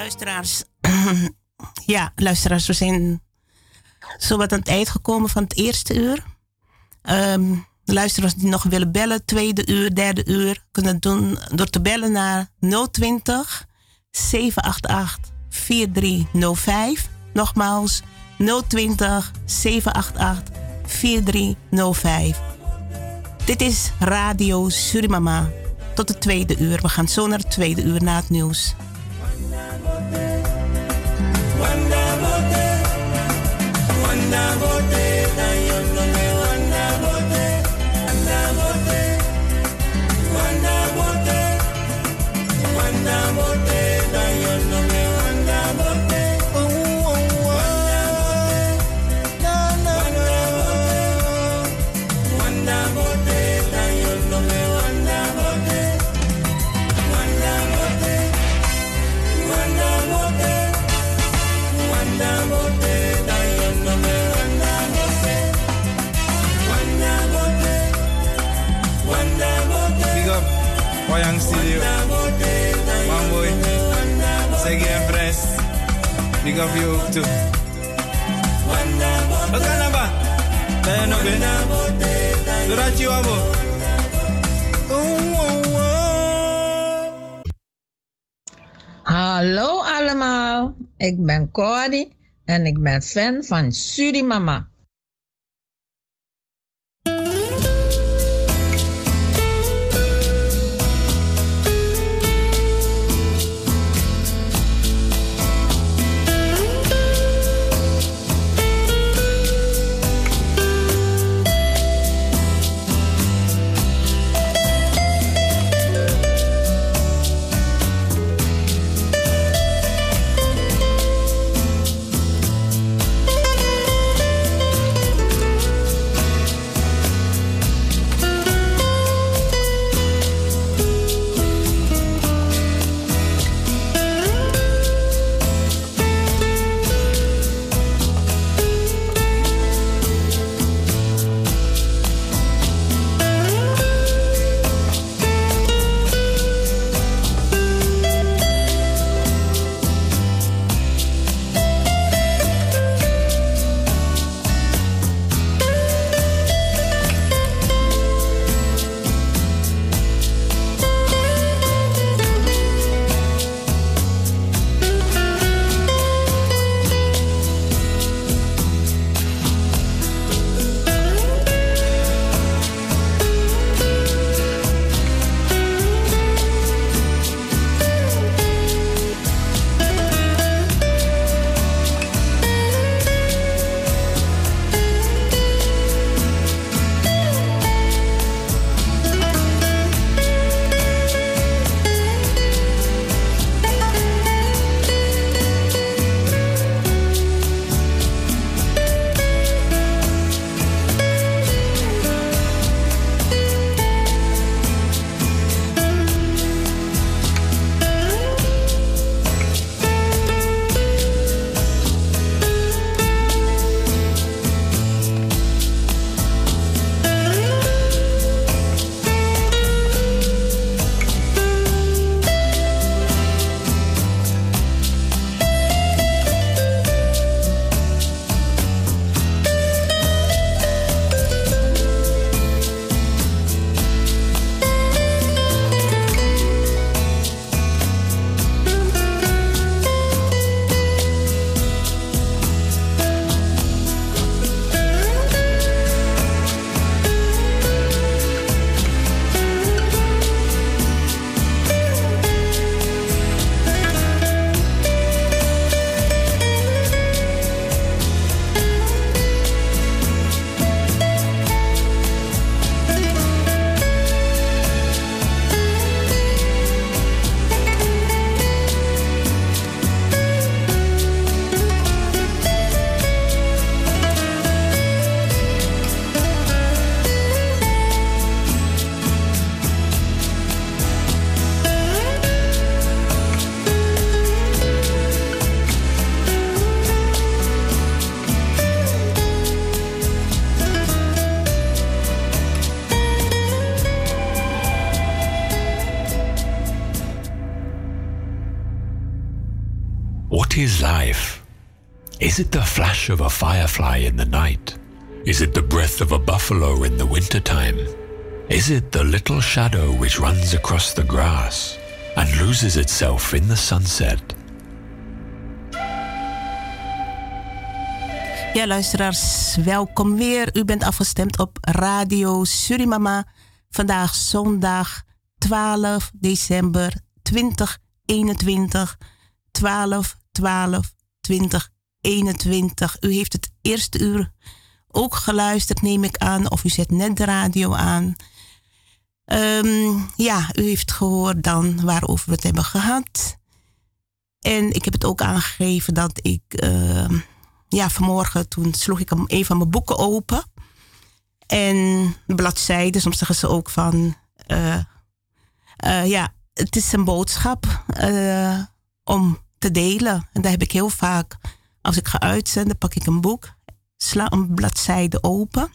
luisteraars. Ja, luisteraars, we zijn zowat aan het eind gekomen van het eerste uur. Um, de luisteraars die nog willen bellen, tweede uur, derde uur, kunnen het doen door te bellen naar nul twintig, zeven acht acht, vier drie nul vijf. Nogmaals, nul twintig, zeven acht acht, vier drie nul vijf. Dit is Radio Surimama. Tot het tweede uur. We gaan zo naar het tweede uur na het nieuws. Wayang Studio, Mamboy, Segi and Friends, big up you too. Okanaba, Dayanobe, Durachi Wabo. Hallo allemaal, ik ben Cordy en ik ben fan van Surimama. What is life? Is it the flash of a firefly in the night? Is it the breath of a buffalo in the wintertime? Is it the little shadow which runs across the grass and loses itself in the sunset? Ja, luisteraars, welkom weer. U bent afgestemd op Radio Surimama. Vandaag zondag twaalf december tweeduizend eenentwintig. twaalf twaalf tweeduizend eenentwintig. U heeft het eerste uur ook geluisterd, neem ik aan. Of u zet net de radio aan. Um, ja, u heeft gehoord dan waarover we het hebben gehad. En ik heb het ook aangegeven dat ik... Uh, ja, vanmorgen toen sloeg ik een van mijn boeken open. En bladzijden, soms zeggen ze ook van... Uh, uh, ja, het is een boodschap uh, om te delen. En daar heb ik heel vaak... Als ik ga uitzenden, pak ik een boek. Sla een bladzijde open.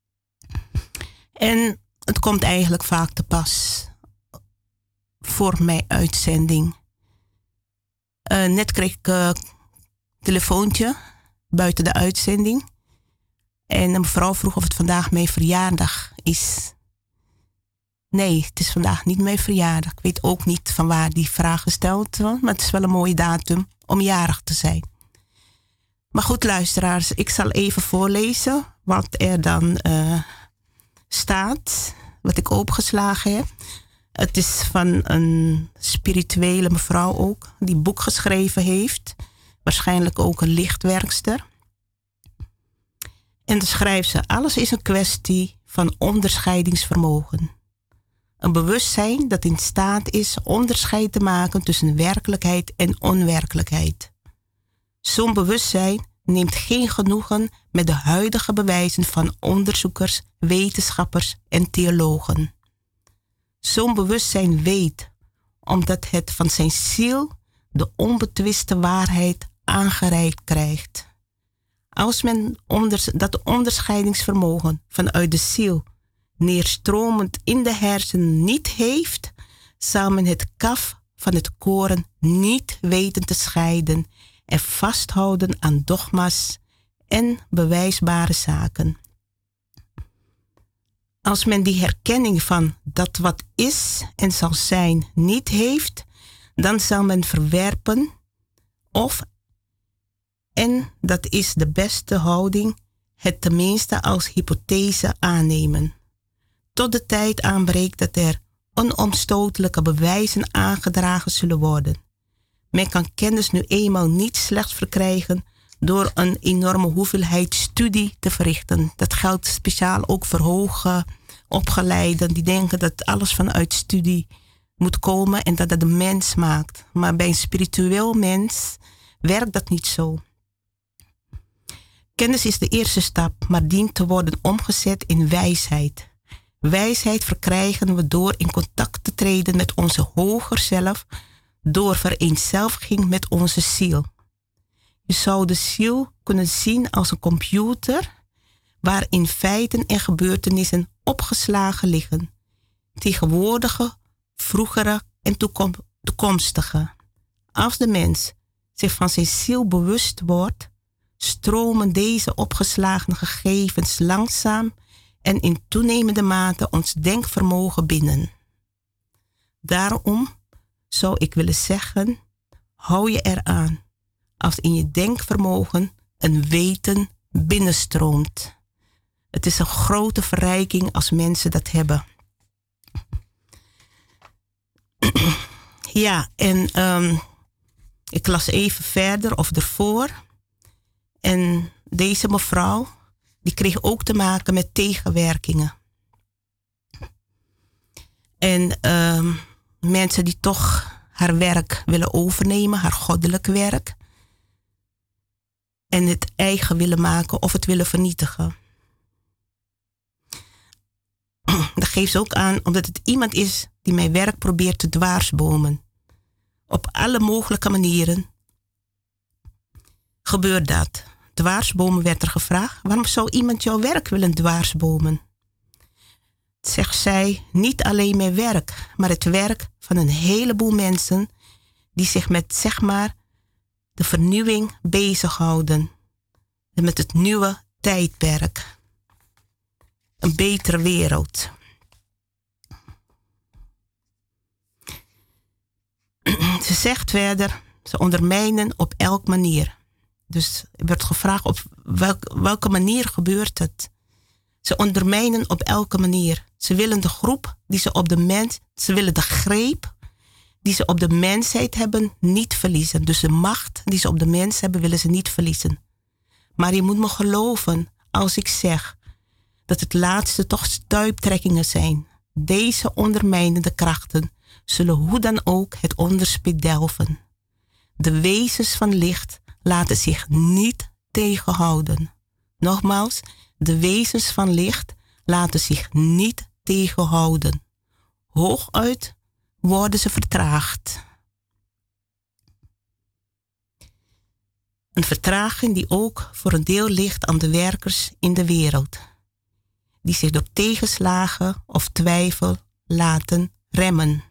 En het komt eigenlijk vaak te pas voor mijn uitzending. Uh, net kreeg ik een telefoontje buiten de uitzending. En een mevrouw vroeg of het vandaag mijn verjaardag is. Nee, het is vandaag niet mijn verjaardag. Ik weet ook niet van waar die vraag gesteld wordt. Maar het is wel een mooie datum om jarig te zijn. Maar goed, luisteraars, ik zal even voorlezen wat er dan uh, staat. Wat ik opgeslagen heb. Het is van een spirituele mevrouw ook. Die boek geschreven heeft. Waarschijnlijk ook een lichtwerkster. En dan schrijft ze... Alles is een kwestie van onderscheidingsvermogen. Een bewustzijn dat in staat is onderscheid te maken tussen werkelijkheid en onwerkelijkheid. Zo'n bewustzijn neemt geen genoegen met de huidige bewijzen van onderzoekers, wetenschappers en theologen. Zo'n bewustzijn weet, omdat het van zijn ziel de onbetwiste waarheid aangereikt krijgt. Als men onders- dat onderscheidingsvermogen vanuit de ziel neerstromend in de hersenen niet heeft, zal men het kaf van het koren niet weten te scheiden en vasthouden aan dogma's en bewijsbare zaken. Als men die herkenning van dat wat is en zal zijn niet heeft, dan zal men verwerpen of, en dat is de beste houding, het tenminste als hypothese aannemen. Tot de tijd aanbreekt dat er onomstotelijke bewijzen aangedragen zullen worden. Men kan kennis nu eenmaal niet slechts verkrijgen door een enorme hoeveelheid studie te verrichten. Dat geldt speciaal ook voor hoge opgeleiden die denken dat alles vanuit studie moet komen en dat dat de mens maakt. Maar bij een spiritueel mens werkt dat niet zo. Kennis is de eerste stap, maar dient te worden omgezet in wijsheid. Wijsheid verkrijgen we door in contact te treden met onze hoger zelf, door vereenzelviging met onze ziel. Je zou de ziel kunnen zien als een computer waarin feiten en gebeurtenissen opgeslagen liggen. Tegenwoordige, vroegere en toekom- toekomstige. Als de mens zich van zijn ziel bewust wordt, stromen deze opgeslagen gegevens langzaam en in toenemende mate ons denkvermogen binnen. Daarom zou ik willen zeggen, hou je eraan als in je denkvermogen een weten binnenstroomt. Het is een grote verrijking als mensen dat hebben. Ja, en um, ik las even verder of ervoor. En deze mevrouw, die kreeg ook te maken met tegenwerkingen. En um, mensen die toch haar werk willen overnemen, haar goddelijk werk. En het eigen willen maken of het willen vernietigen. Dat geeft ze ook aan omdat het iemand is die mijn werk probeert te dwarsbomen. Op alle mogelijke manieren gebeurt dat. Dwarsbomen werd er gevraagd. Waarom zou iemand jouw werk willen dwarsbomen? Zegt zij, niet alleen mijn werk, maar het werk van een heleboel mensen die zich met, zeg maar, de vernieuwing bezighouden. En met het nieuwe tijdperk. Een betere wereld. Ze zegt verder, ze ondermijnen op elke manier. Dus er wordt gevraagd op welk, welke manier gebeurt het. Ze ondermijnen op elke manier. Ze willen de groep die ze op de mens, ze willen de greep die ze op de mensheid hebben niet verliezen. Dus de macht die ze op de mens hebben willen ze niet verliezen. Maar je moet me geloven als ik zeg dat het laatste toch stuiptrekkingen zijn. Deze ondermijnende krachten zullen hoe dan ook het onderspit delven. De wezens van licht laten zich niet tegenhouden. Nogmaals, de wezens van licht laten zich niet tegenhouden. Hooguit worden ze vertraagd. Een vertraging die ook voor een deel ligt aan de werkers in de wereld, die zich door tegenslagen of twijfel laten remmen.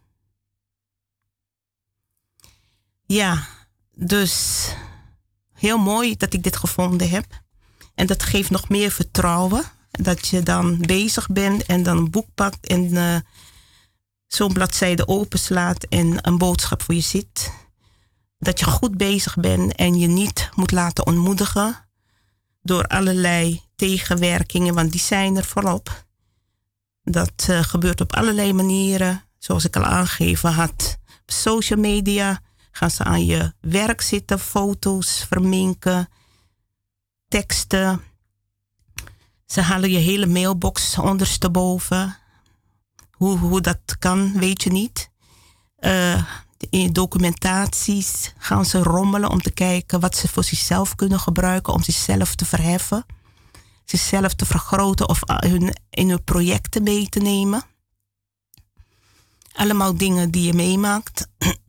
Ja, dus heel mooi dat ik dit gevonden heb. En dat geeft nog meer vertrouwen. Dat je dan bezig bent en dan een boek pakt en uh, zo'n bladzijde openslaat en een boodschap voor je zit. Dat je goed bezig bent en je niet moet laten ontmoedigen door allerlei tegenwerkingen, want die zijn er volop. Dat uh, gebeurt op allerlei manieren, zoals ik al aangegeven had. Op social media gaan ze aan je werk zitten, foto's verminken, teksten. Ze halen je hele mailbox ondersteboven. Hoe, hoe dat kan, weet je niet. Uh, in documentaties gaan ze rommelen om te kijken wat ze voor zichzelf kunnen gebruiken om zichzelf te verheffen. Zichzelf te vergroten of hun, in hun projecten mee te nemen. Allemaal dingen die je meemaakt.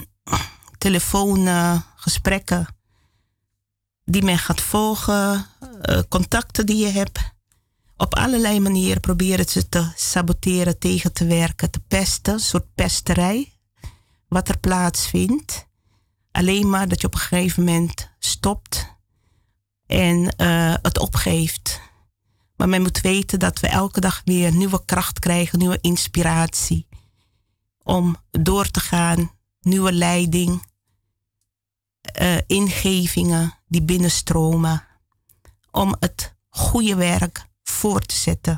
Telefoongesprekken uh, die men gaat volgen. Uh, contacten die je hebt. Op allerlei manieren proberen ze te saboteren, tegen te werken, te pesten. Een soort pesterij. Wat er plaatsvindt. Alleen maar dat je op een gegeven moment stopt. En uh, het opgeeft. Maar men moet weten dat we elke dag weer nieuwe kracht krijgen. Nieuwe inspiratie. Om door te gaan. Nieuwe leiding. Uh, ingevingen die binnenstromen. Om het goede werk voor te zetten.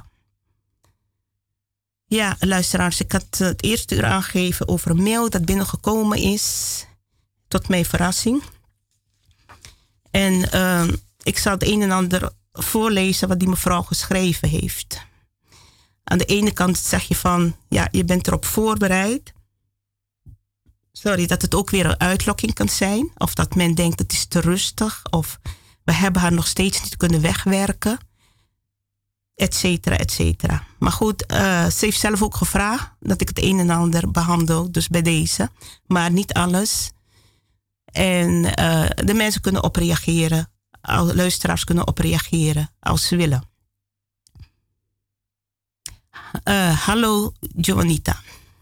Ja, luisteraars, ik had het eerste uur aangegeven over een mail dat binnengekomen is. Tot mijn verrassing. En uh, ik zal het een en ander voorlezen wat die mevrouw geschreven heeft. Aan de ene kant zeg je van, ja, je bent erop voorbereid. Sorry, dat het ook weer een uitlokking kan zijn. Of dat men denkt het is te rustig. Of we hebben haar nog steeds niet kunnen wegwerken. Etcetera, etcetera. Maar goed, uh, ze heeft zelf ook gevraagd dat ik het een en ander behandel. Dus bij deze. Maar niet alles. En uh, de mensen kunnen op reageren. Luisteraars kunnen op reageren als ze willen. Uh, hallo Joanita.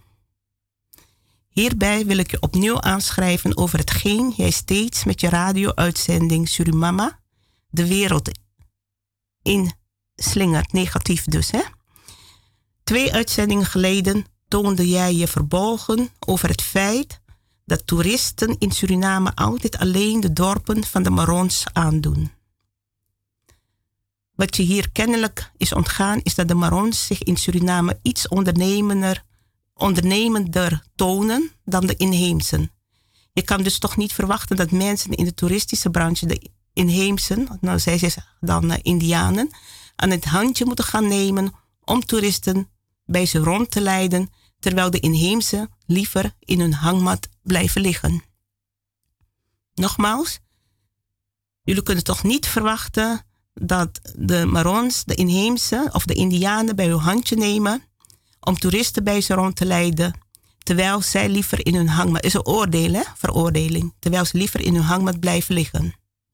Hierbij wil ik je opnieuw aanschrijven over hetgeen jij steeds met je radio-uitzending Surimama de wereld inslingert. Negatief dus, hè? Twee uitzendingen geleden toonde jij je verbolgen over het feit dat toeristen in Suriname altijd alleen de dorpen van de Marons aandoen. Wat je hier kennelijk is ontgaan is dat de Marons zich in Suriname iets ondernemender ondernemender tonen dan de inheemsen. Je kan dus toch niet verwachten dat mensen in de toeristische branche, de inheemsen, nou zij zeggen dan uh, Indianen, aan het handje moeten gaan nemen om toeristen bij ze rond te leiden, terwijl de inheemse liever in hun hangmat blijven liggen. Nogmaals, jullie kunnen toch niet verwachten dat de Marons, de inheemse of de Indianen bij hun handje nemen om toeristen bij ze rond te leiden, terwijl zij liever in hun hangmat, is een oordeel, hè? Veroordeling, terwijl ze liever in hun hangmat blijven liggen.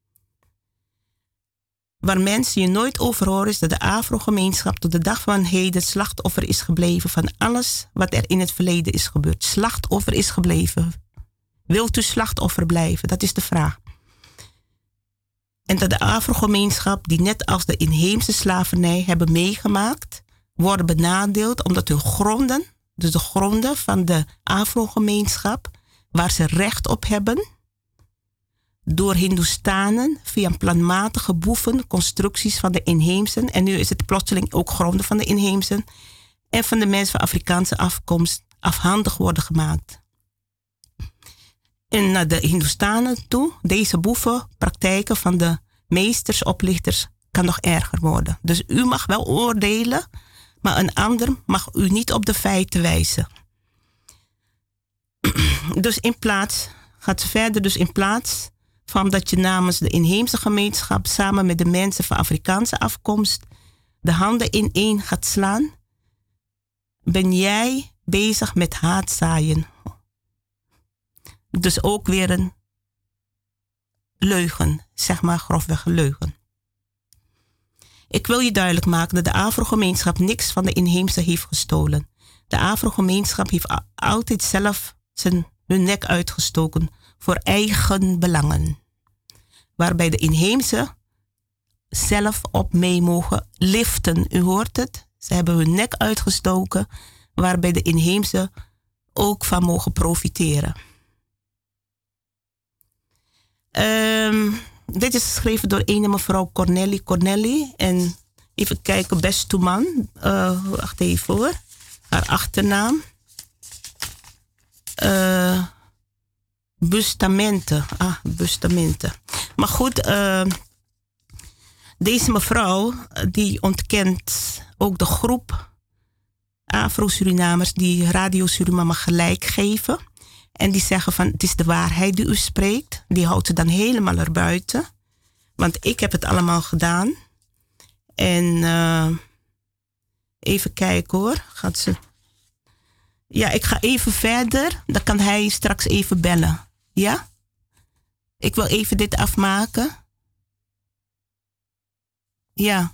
Waar mensen je nooit over horen is dat de Afro-gemeenschap tot de dag van heden slachtoffer is gebleven van alles wat er in het verleden is gebeurd. Slachtoffer is gebleven. Wilt u slachtoffer blijven? Dat is de vraag. En dat de Afro-gemeenschap, die net als de inheemse slavernij hebben meegemaakt, worden benadeeld omdat hun gronden, dus de gronden van de Afro-gemeenschap, waar ze recht op hebben, door Hindoestanen via planmatige boeven, constructies van de inheemsen, en nu is het plotseling ook gronden van de inheemsen, en van de mensen van Afrikaanse afkomst afhandig worden gemaakt. En naar de Hindoestanen toe, deze boevenpraktijken van de meesters, oplichters, kan nog erger worden. Dus u mag wel oordelen, maar een ander mag u niet op de feiten wijzen. Dus in plaats, gaat ze verder, dus in plaats van dat je namens de inheemse gemeenschap samen met de mensen van Afrikaanse afkomst de handen ineen gaat slaan, ben jij bezig met haatzaaien. Dus ook weer een leugen, zeg maar grofweg een leugen. Ik wil je duidelijk maken dat de Afro-gemeenschap niks van de inheemse heeft gestolen. De Afro-gemeenschap heeft altijd zelf zijn, hun nek uitgestoken voor eigen belangen. Waarbij de inheemse zelf op mee mogen liften. U hoort het, ze hebben hun nek uitgestoken, waarbij de inheemse ook van mogen profiteren. Um, dit is geschreven door een mevrouw Cornelie Cornelie. En even kijken, beste man. Uh, wacht even hoor. Haar achternaam. Uh, Bustamante. Ah, Bustamante. Maar goed, uh, deze mevrouw die ontkent ook de groep Afro-Surinamers die Radio Suriname gelijk geven. En die zeggen van het is de waarheid die u spreekt. Die houdt ze dan helemaal erbuiten. Want ik heb het allemaal gedaan. En uh, even kijken hoor. Gaat ze... Ja, ik ga even verder. Dan kan hij straks even bellen. Ja? Ik wil even dit afmaken. Ja.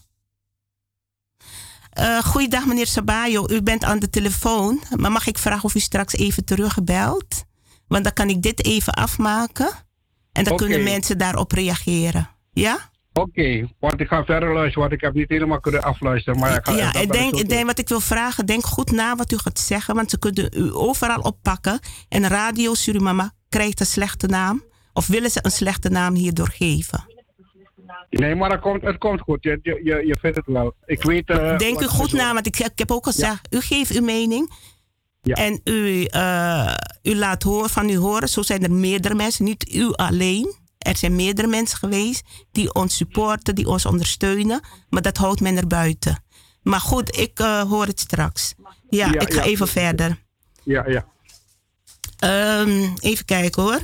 Uh, goeiedag meneer Sabayo. U bent aan de telefoon. Maar mag ik vragen of u straks even terugbelt? Want dan kan ik dit even afmaken. En dan okay. kunnen mensen daarop reageren. Ja? Oké, okay, want ik ga verder luisteren, want ik heb niet helemaal kunnen afluisteren. Maar ik ga ja, ik denk, ik denk wat ik wil vragen, denk goed na wat u gaat zeggen. Want ze kunnen u overal oppakken. En Radio Suriname krijgt een slechte naam. Of willen ze een slechte naam hierdoor geven? Nee, maar het komt, het komt goed. Je, je, je vindt het wel. Ik weet, uh, denk u goed na, want ik, ik heb ook gezegd, ja. U geeft uw mening. Ja. En u, uh, u laat horen, van u horen. Zo zijn er meerdere mensen, niet u alleen. Er zijn meerdere mensen geweest die ons supporten, die ons ondersteunen. Maar dat houdt men er buiten. Maar goed, ik uh, hoor het straks. Ja, ja ik ga ja. even verder. Ja, ja. Um, even kijken hoor.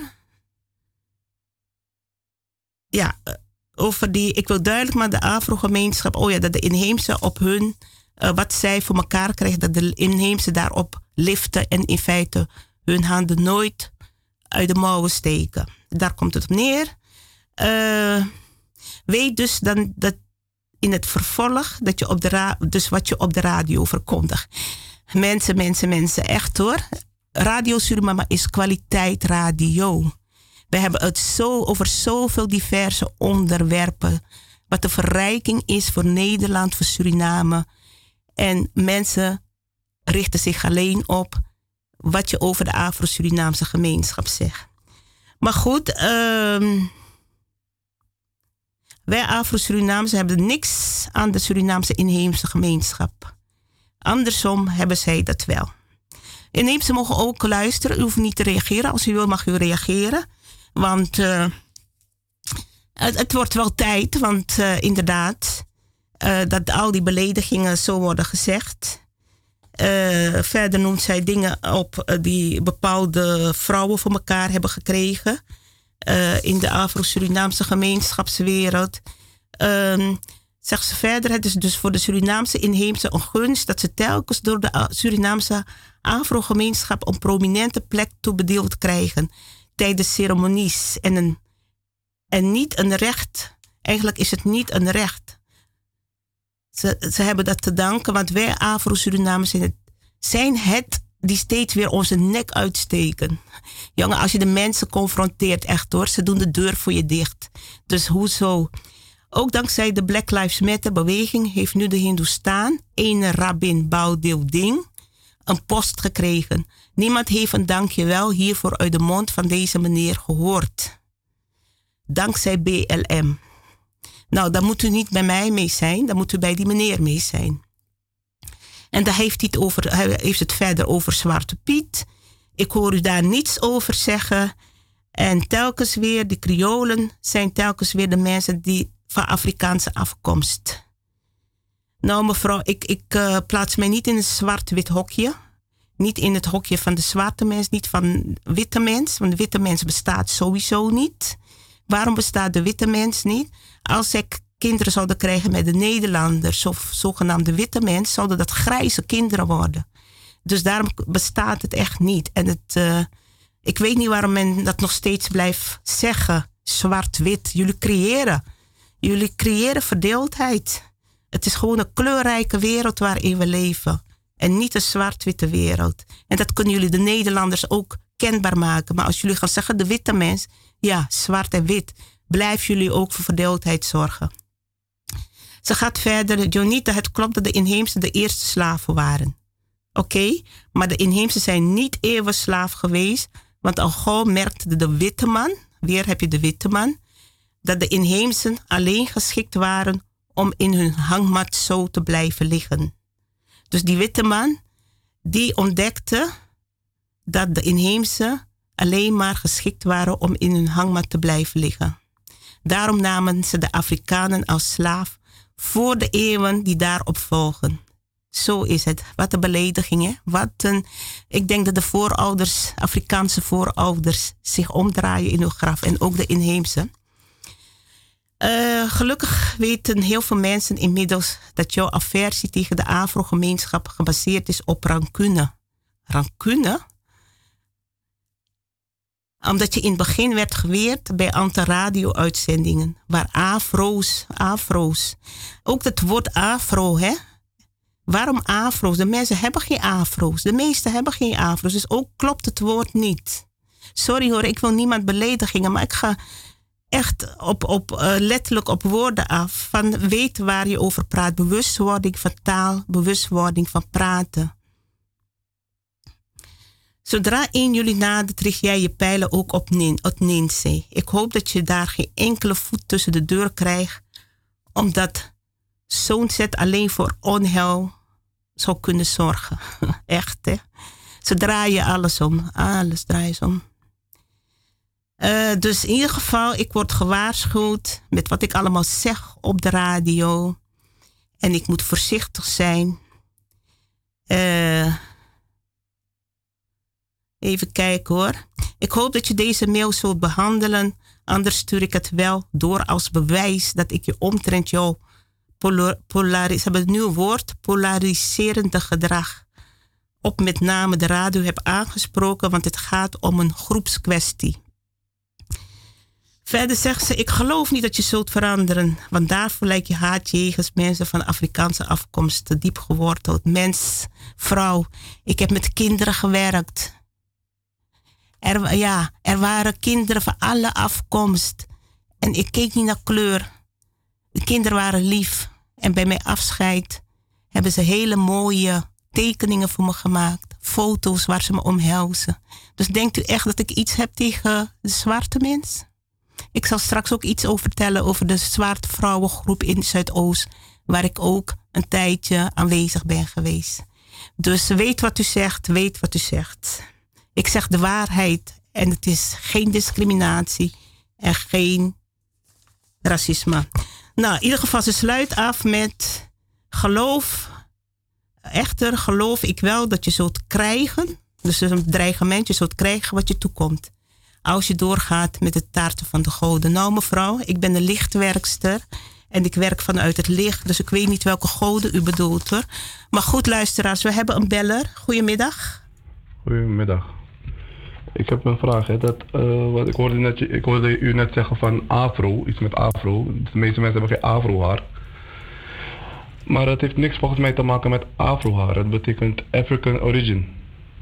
Ja, over die, ik wil duidelijk maar de Afro-gemeenschap, oh ja, dat de inheemse op hun, uh, wat zij voor elkaar krijgen, dat de inheemse daarop liften en in feite hun handen nooit uit de mouwen steken. Daar komt het op neer. Uh, weet dus dan dat in het vervolg, dat je op de ra- dus wat je op de radio verkondigt. Mensen, mensen, mensen, echt hoor. Radio Suriname is kwaliteit radio. We hebben het zo over zoveel diverse onderwerpen. Wat de verrijking is voor Nederland, voor Suriname. En mensen richten zich alleen op wat je over de Afro-Surinaamse gemeenschap zegt. Maar goed, um, wij Afro-Surinamers hebben niks aan de Surinaamse inheemse gemeenschap. Andersom hebben zij dat wel. Inheemse mogen ook luisteren. U hoeft niet te reageren. Als u wil mag u reageren. Want uh, het, het wordt wel tijd. Want uh, inderdaad, uh, dat al die beledigingen zo worden gezegd. Uh, verder noemt zij dingen op uh, die bepaalde vrouwen voor elkaar hebben gekregen. Uh, in de Afro-Surinaamse gemeenschapswereld. Um, zegt ze verder, het is dus voor de Surinaamse inheemse een gunst dat ze telkens door de Surinaamse Afro-gemeenschap een prominente plek toebedeeld krijgen tijdens ceremonies. En, een, en niet een recht. Eigenlijk is het niet een recht. Ze, ze hebben dat te danken, want wij Afro-Surinamers zijn het, zijn het die steeds weer onze nek uitsteken. Jongen, als je de mensen confronteert, echt hoor, ze doen de deur voor je dicht. Dus hoezo? Ook dankzij de Black Lives Matter beweging heeft nu de Hindoestaan, ene Rabin Baudil Ding, een post gekregen. Niemand heeft een dankjewel hiervoor uit de mond van deze meneer gehoord. Dankzij B L M. Nou, dan moet u niet bij mij mee zijn, dan moet u bij die meneer mee zijn. En daar heeft hij het, over, hij heeft het verder over Zwarte Piet. Ik hoor u daar niets over zeggen. En telkens weer, de Kriolen zijn telkens weer de mensen die van Afrikaanse afkomst. Nou mevrouw, ik, ik uh, plaats mij niet in een zwart-wit hokje. Niet in het hokje van de zwarte mens, niet van witte mens. Want de witte mens bestaat sowieso niet. Waarom bestaat de witte mens niet? Als ik kinderen zouden krijgen met de Nederlanders of zogenaamde witte mens, zouden dat grijze kinderen worden. Dus daarom bestaat het echt niet. En het, uh, ik weet niet waarom men dat nog steeds blijft zeggen. Zwart-wit. Jullie creëren. Jullie creëren verdeeldheid. Het is gewoon een kleurrijke wereld waarin we leven. En niet een zwart-witte wereld. En dat kunnen jullie de Nederlanders ook kenbaar maken. Maar als jullie gaan zeggen de witte mens, ja, zwart en wit, blijven jullie ook voor verdeeldheid zorgen. Ze gaat verder. Jonita, het klopt dat de inheemse de eerste slaven waren. Oké, okay, maar de inheemse zijn niet eeuwig slaaf geweest. Want al gauw merkte de witte man, weer heb je de witte man, dat de inheemsen alleen geschikt waren om in hun hangmat zo te blijven liggen. Dus die witte man, die ontdekte dat de inheemse alleen maar geschikt waren om in hun hangmat te blijven liggen. Daarom namen ze de Afrikanen als slaaf voor de eeuwen die daarop volgen. Zo is het. Wat een belediging, hè? Wat een... Ik denk dat de voorouders, Afrikaanse voorouders, zich omdraaien in hun graf. En ook de inheemse. Uh, gelukkig weten heel veel mensen inmiddels dat jouw aversie tegen de Afro-gemeenschap gebaseerd is op rancune. Rancune? Omdat je in het begin werd geweerd bij aantal radio-uitzendingen. Waar afro's, afro's. Ook het woord afro, hè? Waarom afro's? De mensen hebben geen afro's. De meesten hebben geen afro's. Dus ook klopt het woord niet. Sorry hoor, ik wil niemand beledigingen. Maar ik ga echt op, op, uh, letterlijk op woorden af. Van weet waar je over praat. Bewustwording van taal. Bewustwording van praten. Zodra één juli nadert, richt jij je pijlen ook op Ninzee. Ik hoop dat je daar geen enkele voet tussen de deur krijgt. Omdat zo'n zet alleen voor onheil zou kunnen zorgen. Echt, hè. Ze draaien alles om. Alles draaien ze om. Uh, dus in ieder geval, ik word gewaarschuwd met wat ik allemaal zeg op de radio. En ik moet voorzichtig zijn. Uh, even kijken hoor. Ik hoop dat je deze mail zult behandelen. Anders stuur ik het wel door als bewijs dat ik je omtrent jou Polaris, ze hebben het nieuwe woord, polariserende gedrag, op met name de radio heb aangesproken, want het gaat om een groepskwestie. Verder zegt ze, ik geloof niet dat je zult veranderen, want daarvoor lijkt je haat jegens mensen van Afrikaanse afkomst te diep geworteld. Mens, vrouw, ik heb met kinderen gewerkt. Er, ja, er waren kinderen van alle afkomst en ik keek niet naar kleur. De kinderen waren lief. En bij mijn afscheid hebben ze hele mooie tekeningen voor me gemaakt. Foto's waar ze me omhelzen. Dus denkt u echt dat ik iets heb tegen de zwarte mens? Ik zal straks ook iets over vertellen over de zwarte vrouwengroep in Zuidoost. Waar ik ook een tijdje aanwezig ben geweest. Dus weet wat u zegt, weet wat u zegt. Ik zeg de waarheid. En het is geen discriminatie. En geen racisme. Nou, in ieder geval, ze sluit af met geloof. Echter geloof ik wel dat je zult krijgen. Dus een dreigement, je zult krijgen wat je toekomt. Als je doorgaat met het taarten van de goden. Nou mevrouw, ik ben een lichtwerkster. En ik werk vanuit het licht. Dus ik weet niet welke goden u bedoelt hoor. Maar goed luisteraars, we hebben een beller. Goedemiddag. Goedemiddag. Ik heb een vraag. Hè. Dat, uh, wat ik, hoorde net, ik hoorde u net zeggen van afro, iets met afro. De meeste mensen hebben geen afrohaar. Maar het heeft niks volgens mij te maken met afrohaar. Het betekent African origin.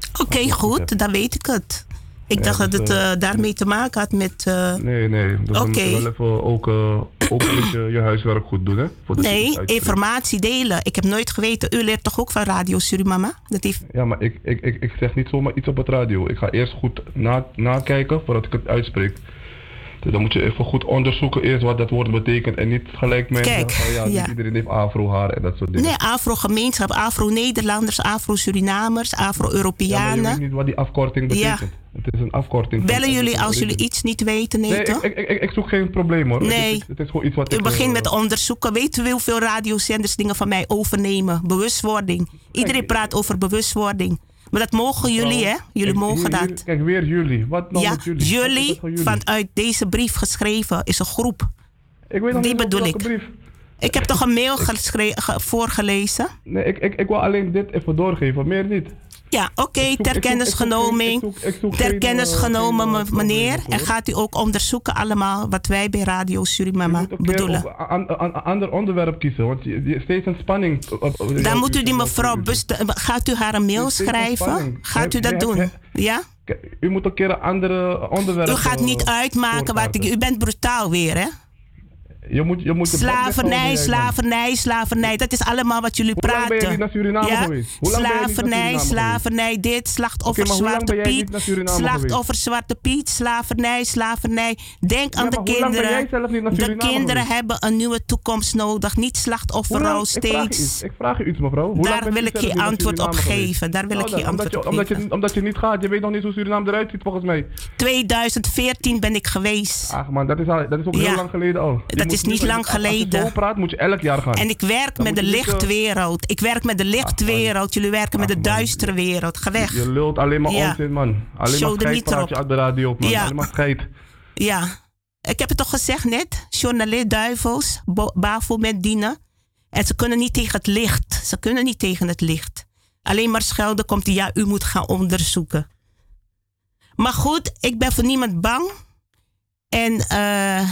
Oké, okay, goed, dan weet ik het. Ik ja, dacht dus, dat het uh, daarmee te maken had met... Uh... Nee, nee. Dus okay. we moeten wel even ook, uh, ook een beetje je huiswerk goed doen, hè? Nee, informatie delen. Ik heb nooit geweten. U leert toch ook van Radio Surimama? Dat heeft... Ja, maar ik, ik, ik, ik zeg niet zomaar iets op het radio. Ik ga eerst goed na, nakijken voordat ik het uitspreek. Dus dan moet je even goed onderzoeken eerst wat dat woord betekent. En niet gelijk mensen Kijk, zeggen, ja, ja. iedereen heeft afro-haar en dat soort dingen. Nee, afro-gemeenschap, afro-Nederlanders, afro-Surinamers, afro-Europeanen. Ja, maar je weet niet wat die afkorting betekent. Ja. Het is een afkorting. Bellen jullie als jullie iets niet weten? Nee, nee toch? Ik, ik, ik, ik zoek geen probleem hoor. Nee. Het is, het is gewoon iets wat U ik, begint uh, met onderzoeken. Weet u hoeveel radiozenders dingen van mij overnemen? Bewustwording. Iedereen praat over bewustwording. Maar dat mogen jullie, hè? Jullie kijk, mogen hier, dat. Kijk, weer jullie. Wat nou ja, met jullie? Jullie, jullie, vanuit deze brief geschreven, is een groep. Ik weet nog Die niet bedoel ik. Brief. Ik heb toch een mail geschre- ge- voorgelezen? Nee, ik, ik, ik wil alleen dit even doorgeven, meer niet. Ja, oké, okay, ter kennisgenoming. Ter kennisgenomen, uh, meneer. En gaat u ook onderzoeken allemaal wat wij bij Radio Surimama bedoelen. Je moet ook een ander onderwerp kiezen, want je, je steeds een spanning. Dan moet u die mevrouw, best- gaat u haar een mail schrijven? Gaat u dat doen? Ja? U moet een keer een andere onderwerp. U gaat niet uitmaken wat ik... U bent brutaal weer, hè? Je moet, je moet slavernij, slavernij, slavernij. Dat is allemaal wat jullie hoe praten. Hoe lang ben je niet naar Suriname ja? geweest? Slavernij, slavernij, dit, slachtoffer okay, Zwarte Piet. Slachtoffer Zwarte Piet, slavernij, slavernij. Denk ja, aan de kinderen. De kinderen geweest? hebben een nieuwe toekomst nodig. Niet slachtofferrol steeds. Ik vraag u iets, mevrouw. Hoe Daar wil ik geen antwoord op geven. Daar wil ik geen antwoord op geven. Omdat je niet gaat. Je weet nog niet hoe Suriname eruit ziet, volgens mij. tweeduizend veertien ben ik geweest. Ach man, dat is, al, dat is ook ja. heel lang geleden al. Dat is niet lang geleden. Als je zo praat, moet je elk jaar gaan. En ik werk dan met de lichtwereld. Ik werk met de lichtwereld. Jullie werken Ach, met de man. duistere wereld. Ga weg. Je lult alleen maar ja. onzin, man. Alleen Show maar scheid praat je uit de radio, man. Ja. Alleen maar scheid. Ja. Ik heb het toch gezegd net. Journalist, duivels, Bavo met dienen. En ze kunnen niet tegen het licht. Ze kunnen niet tegen het licht. Alleen maar schelden komt die, ja, u moet gaan onderzoeken. Maar goed, ik ben voor niemand bang. En uh,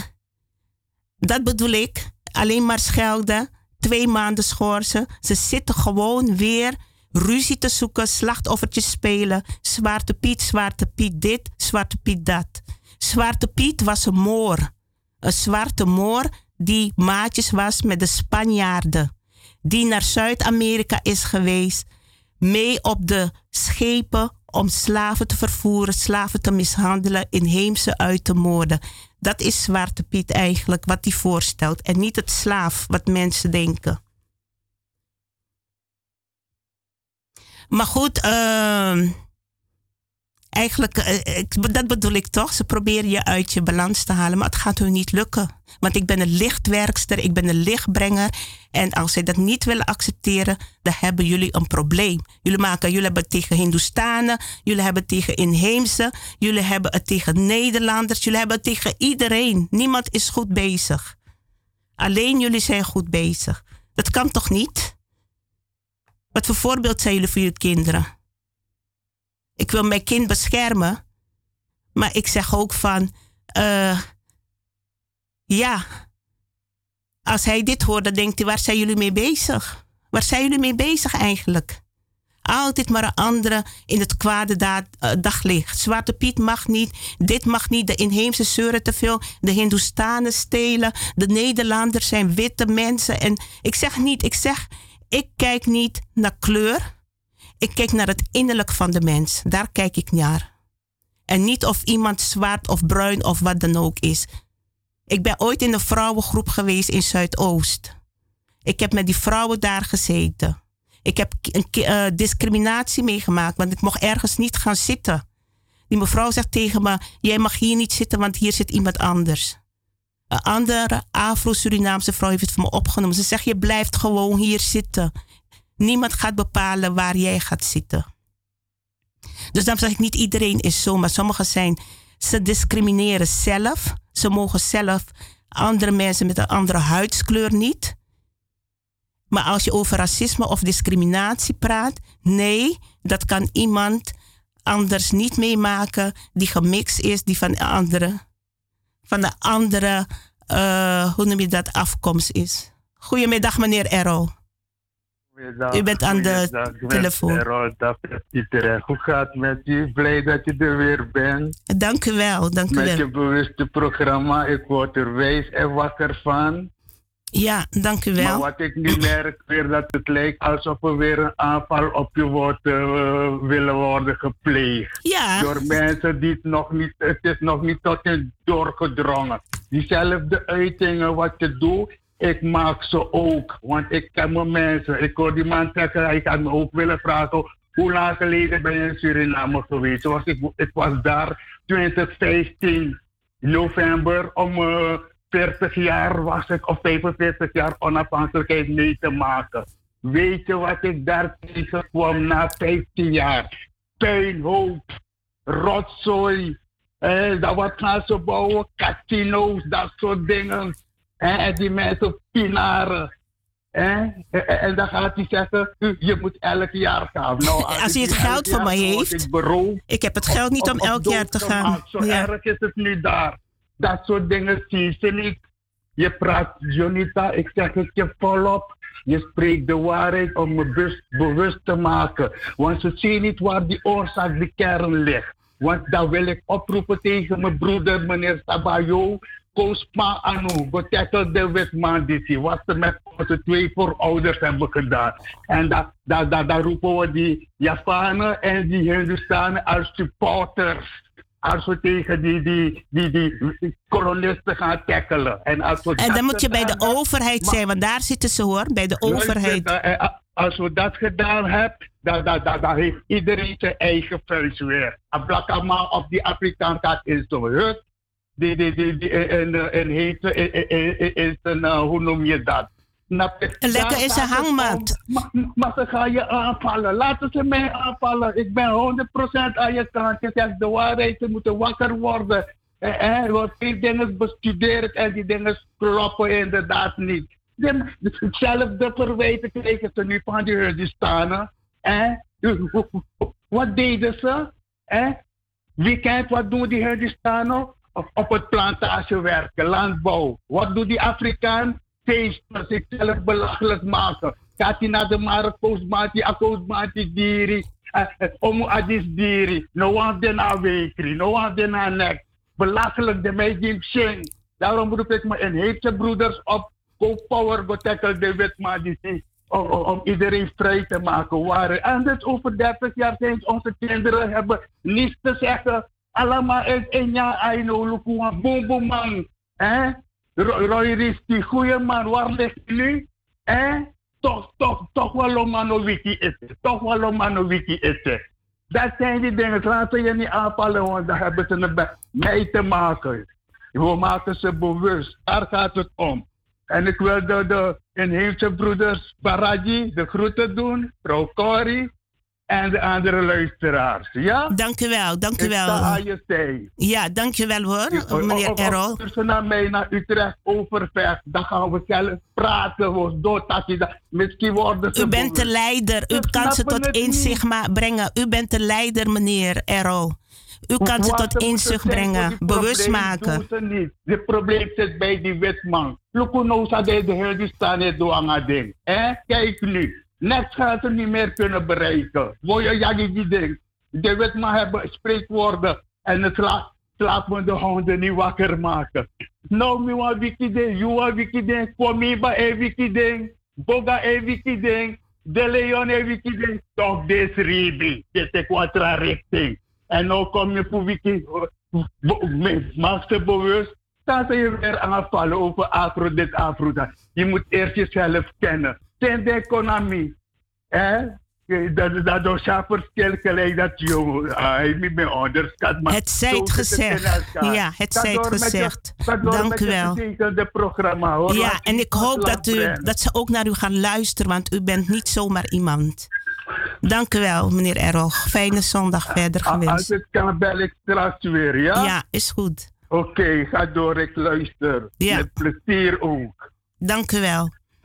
dat bedoel ik. Alleen maar schelden. Twee maanden schorsen. Ze zitten gewoon weer ruzie te zoeken. Slachtoffertjes spelen. Zwarte Piet, Zwarte Piet dit. Zwarte Piet dat. Zwarte Piet was een moor. Een zwarte moor die maatjes was met de Spanjaarden. Die naar Zuid-Amerika is geweest. Mee op de schepen om slaven te vervoeren, slaven te mishandelen, inheemse uit te moorden. Dat is Zwarte Piet eigenlijk, wat hij voorstelt. En niet het slaaf, wat mensen denken. Maar goed, uh, eigenlijk, uh, dat bedoel ik toch. Ze proberen je uit je balans te halen, maar het gaat hun niet lukken. Want ik ben een lichtwerkster, ik ben een lichtbrenger. En als zij dat niet willen accepteren, dan hebben jullie een probleem. Jullie, maken, jullie hebben het tegen Hindoestanen, jullie hebben het tegen inheemse, jullie hebben het tegen Nederlanders, jullie hebben het tegen iedereen. Niemand is goed bezig. Alleen jullie zijn goed bezig. Dat kan toch niet? Wat voor voorbeeld zijn jullie voor jullie kinderen? Ik wil mijn kind beschermen, maar ik zeg ook van, uh, ja, als hij dit hoort, dan denkt hij, waar zijn jullie mee bezig? Waar zijn jullie mee bezig eigenlijk? Altijd maar een andere in het kwade daad, uh, daglicht. Zwarte Piet mag niet, dit mag niet, de inheemse zeuren te veel, de Hindoestanen stelen, de Nederlanders zijn witte mensen. En ik zeg niet, ik zeg, ik kijk niet naar kleur. Ik kijk naar het innerlijk van de mens. Daar kijk ik naar. En niet of iemand zwart of bruin of wat dan ook is. Ik ben ooit in een vrouwengroep geweest in Zuidoost. Ik heb met die vrouwen daar gezeten. Ik heb een uh, discriminatie meegemaakt, want ik mocht ergens niet gaan zitten. Die mevrouw zegt tegen me, jij mag hier niet zitten, want hier zit iemand anders. Een andere Afro-Surinaamse vrouw heeft het voor me opgenomen. Ze zegt, je blijft gewoon hier zitten. Niemand gaat bepalen waar jij gaat zitten. Dus dan zeg ik, niet iedereen is zo, maar sommigen zijn, ze discrimineren zelf. Ze mogen zelf andere mensen met een andere huidskleur niet. Maar als je over racisme of discriminatie praat, nee, dat kan iemand anders niet meemaken die gemixt is, die van andere, van de andere, uh, hoe noem je dat, afkomst is. Goedemiddag meneer Errol. U bent aan de telefoon. Hoe gaat het met u? Blij dat je er weer bent. Dank u wel, dank u wel. Met je bewuste programma. Ik word er wijs en wakker van. Ja, dank u wel. Maar wat ik nu merk, weer dat het lijkt alsof er weer een aanval op je wordt uh, willen worden gepleegd. Ja. Door mensen die het nog niet, het is nog niet tot hen doorgedrongen. Diezelfde uitingen wat je doet, ik maak ze ook. Want ik ken mijn mensen. Ik hoor die man zeggen, ik had me ook willen vragen, hoe lang geleden ben je in Suriname geweest? Zoals ik, ik was daar twintig vijftien november om... Uh, veertig jaar was ik, of vijfenveertig jaar onafhankelijkheid mee te maken. Weet je wat ik daar tegenkwam na vijftien jaar? Puinhoop, rotzooi, eh, dat wat gaan ze bouwen, casino's, dat soort dingen. Eh, en die mensen pinaren. Eh? En dan gaat hij zeggen, je moet elk jaar gaan. Nou, als, als hij het geld van mij heeft, ik, ik heb het geld niet om elk jaar te gaan. Zo ja. Erg is het niet daar. Dat soort dingen zie je niet. Je praat, Jonita, ik zeg het je volop. Je spreekt de waarheid om me bewust, bewust te maken. Want ze zien niet waar die oorzaak, de kern ligt. Want dan wil ik oproepen tegen mijn broeder, meneer Sabayo. Koosma Anu, betekent de wetmanditie. Wat ze met onze twee voorouders hebben gedaan. En daar da, da, da roepen we die Javanen en die Hindustanen als supporters. Als we tegen die, die, die, die, die kolonisten gaan tackelen. En, als we en dan moet je bij de overheid zijn, want daar zitten ze hoor, bij de overheid. Als we dat gedaan hebben, dan, dan, dan, dan heeft iedereen zijn eigen vuist weer. Ablakama op die Afrikaan gaat in zo'n hut. Die, die, die, die, en, en heet is een, hoe noem je dat? Lekker in zijn hangmat. Maar, maar ze gaan je aanvallen. Laten ze mij aanvallen. Ik ben honderd procent aan je kant. Je zegt de waarheid, ze moeten wakker worden. Eh, eh, want die dingen bestudeerd en die dingen kloppen inderdaad niet. Hetzelfde verwijten kregen ze nu van die Hindustanen. Eh? Wat deden ze? Eh? Weekend, wat doen die Hindustanen? Op, op het plantage werken, landbouw. Wat doet die Afrikaan? Feesten, zichzelf belachelijk maken. Gaat hij naar de markt, postmaatje, akkoosmaatje, diri, omo adis diri, no one den aan wekri, no one den aan nek. Belachelijk de mij die zing. Daarom roep ik me in heetse broeders op, go power, go tackle de wetmaat om, om iedereen vrij te maken. Waar. En dat over dertig jaar zijn onze kinderen hebben niets te zeggen. Allemaal in een jaar, aino, lukuwa, boom, boom, man. Eh? Roy Risti, goeie man, waar ligt hij nu? Eh? Toch, toch, toch wel om aan een wiki is. Toch wel om aan een wiki is. Dat zijn die dingen, laten je niet aanvallen, want daar hebben ze het mee te maken. We maken ze bewust, daar gaat het om. En ik wil de, de inheemse broeders Baraji de groeten doen, vrouw Corrie. En de andere luisteraars, ja? Dank u wel, dank u wel. Ik sta aan je zij. Ja, dank je wel hoor, meneer Errol. Als ze naar mij naar Utrecht overvecht, dan gaan we zelf praten. We dood, misschien worden ze... U bent de leider, u kan ze tot inzicht brengen. U bent de leider, meneer Errol. U kan ze tot inzicht brengen, bewust maken. Het probleem zit bij die wetman. Lukunosa de Hindustan doen aan het ding. Kijk nu. Net gaan ze niet meer kunnen bereiken. Wil je jaggen die ding? De wetman hebben spreekwoorden en het slaat slaap me de honden niet wakker maken. Nou, mi wa wiki ding, you wa wiki ding, Komiba e wiki ding, Boga e wiki ding, De Leon e wiki ding. Toch des ribi, dit is quattro richting. En nou kom je voor wiki, maak ze bewust. Dan zijn je weer aanvallen over afro dit, afro dat. Je moet eerst jezelf kennen. Ten de economie. Eh? Dat dat door verschil gelijk dat je hij niet meer onderschat. Het zijt gezegd. Ja, het zijt gezegd. Dank u wel. Ja, en ik hoop dat, u, dat ze ook naar u gaan luisteren, want u bent niet zomaar iemand. Dank u wel, meneer Errol. Fijne zondag verder gewenst. Als het kan, bel ik straks weer, ja? Ja, is goed. Oké, okay, ga door, ik luister. Ja. Met plezier ook. Dank u wel.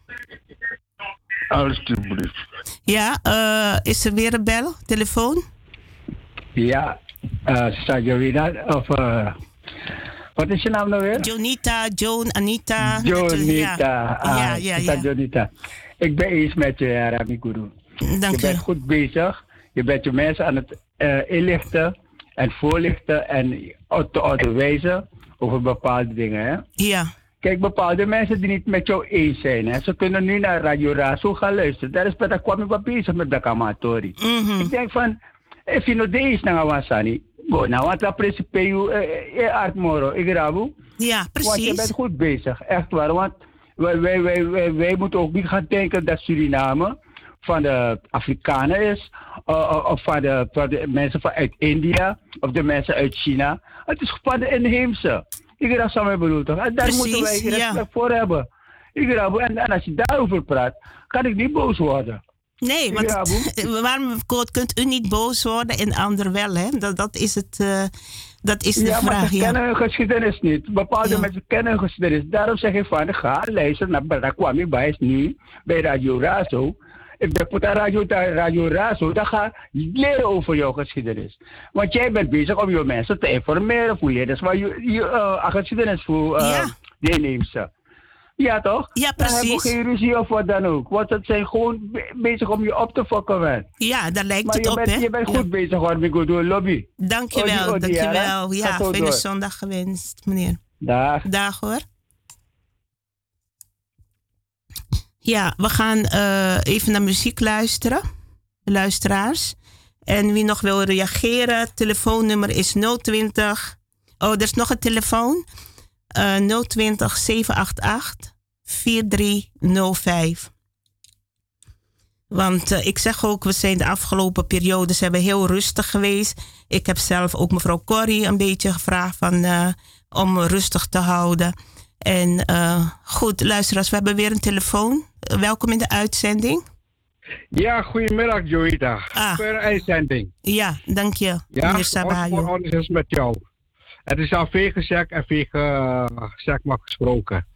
Alsjeblieft. Ja, uh, is er weer een bel? Telefoon? Ja, uh, Sajorina, of uh, wat is je naam nou weer? Jonita, Joan, Anita. Jonita, ja. ah, ja, ja, ja. Jonita. Ik ben eens met je, Rami Guru. Dank je bent goed bezig. Je bent je mensen aan het uh, inlichten en voorlichten en te onderwijzen over bepaalde dingen. Hè? Ja. Kijk, bepaalde mensen die niet met jou eens zijn, hè, ze kunnen nu naar Radio Razo gaan luisteren. Daar is bij kwam ik wel bezig met de Kamatori. Mm-hmm. Ik denk van, if je nog deze naar Wansani, go nou, want dat principe je aardmoro, ik rabu. Ja, precies. Want je bent goed bezig, echt waar. Want wij, wij, wij, wij, wij moeten ook niet gaan denken dat Suriname van de Afrikanen is, uh, of van de, van de mensen vanuit India, of de mensen uit China. Het is van de inheemse. Ik raad samen bedoeld. En daar precies, moeten wij respect ja. voor hebben. Ik raad, en, en als je daarover praat, kan ik niet boos worden. Nee, want waarom kunt u niet boos worden en ander wel, hè? Dat, dat is het, uh, dat is de ja, vraag. Maar ze ja, kennen hun geschiedenis niet. Bepaalde ja. mensen kennen hun geschiedenis. Daarom zeg ik van, ga luisteren naar Kwame Bijs nu bij Radio Razo. Ik ben op radio, radio Razo, dan ga je leren over jouw geschiedenis. Want jij bent bezig om je mensen te informeren voor je. Dat is waar je, je uh, geschiedenis voor uh, ja. de neemt. Ja, toch? Ja, precies. Dan hebben we geen ruzie of wat dan ook. Want het zijn gewoon be- bezig om je op te fokken, man. Ja, daar lijkt maar het je op, bent, hè? Je bent ja. goed bezig, hoor, Migo, door lobby. Dankjewel, Odi, odi, dankjewel. Ja, ja, fijne zondag gewenst, meneer. Dag. Dag, hoor. Ja, we gaan uh, even naar muziek luisteren, luisteraars. En wie nog wil reageren, telefoonnummer is nul twintig. Oh, er is nog een telefoon. Uh, nul twintig, zeven acht acht, vier drie nul vijf. Want uh, ik zeg ook, we zijn de afgelopen periodes hebben heel rustig geweest. Ik heb zelf ook mevrouw Corrie een beetje gevraagd van, uh, om rustig te houden. En uh, goed, luisteraars, we hebben weer een telefoon. Uh, welkom in de uitzending. Ja, goedemiddag Joïda. Ah. Voor een uitzending. Ja, dank je, ja, meneer Sabayo. Ja, ons is met jou. Het is al veel gezegd en veel uh, zeg maar gesproken.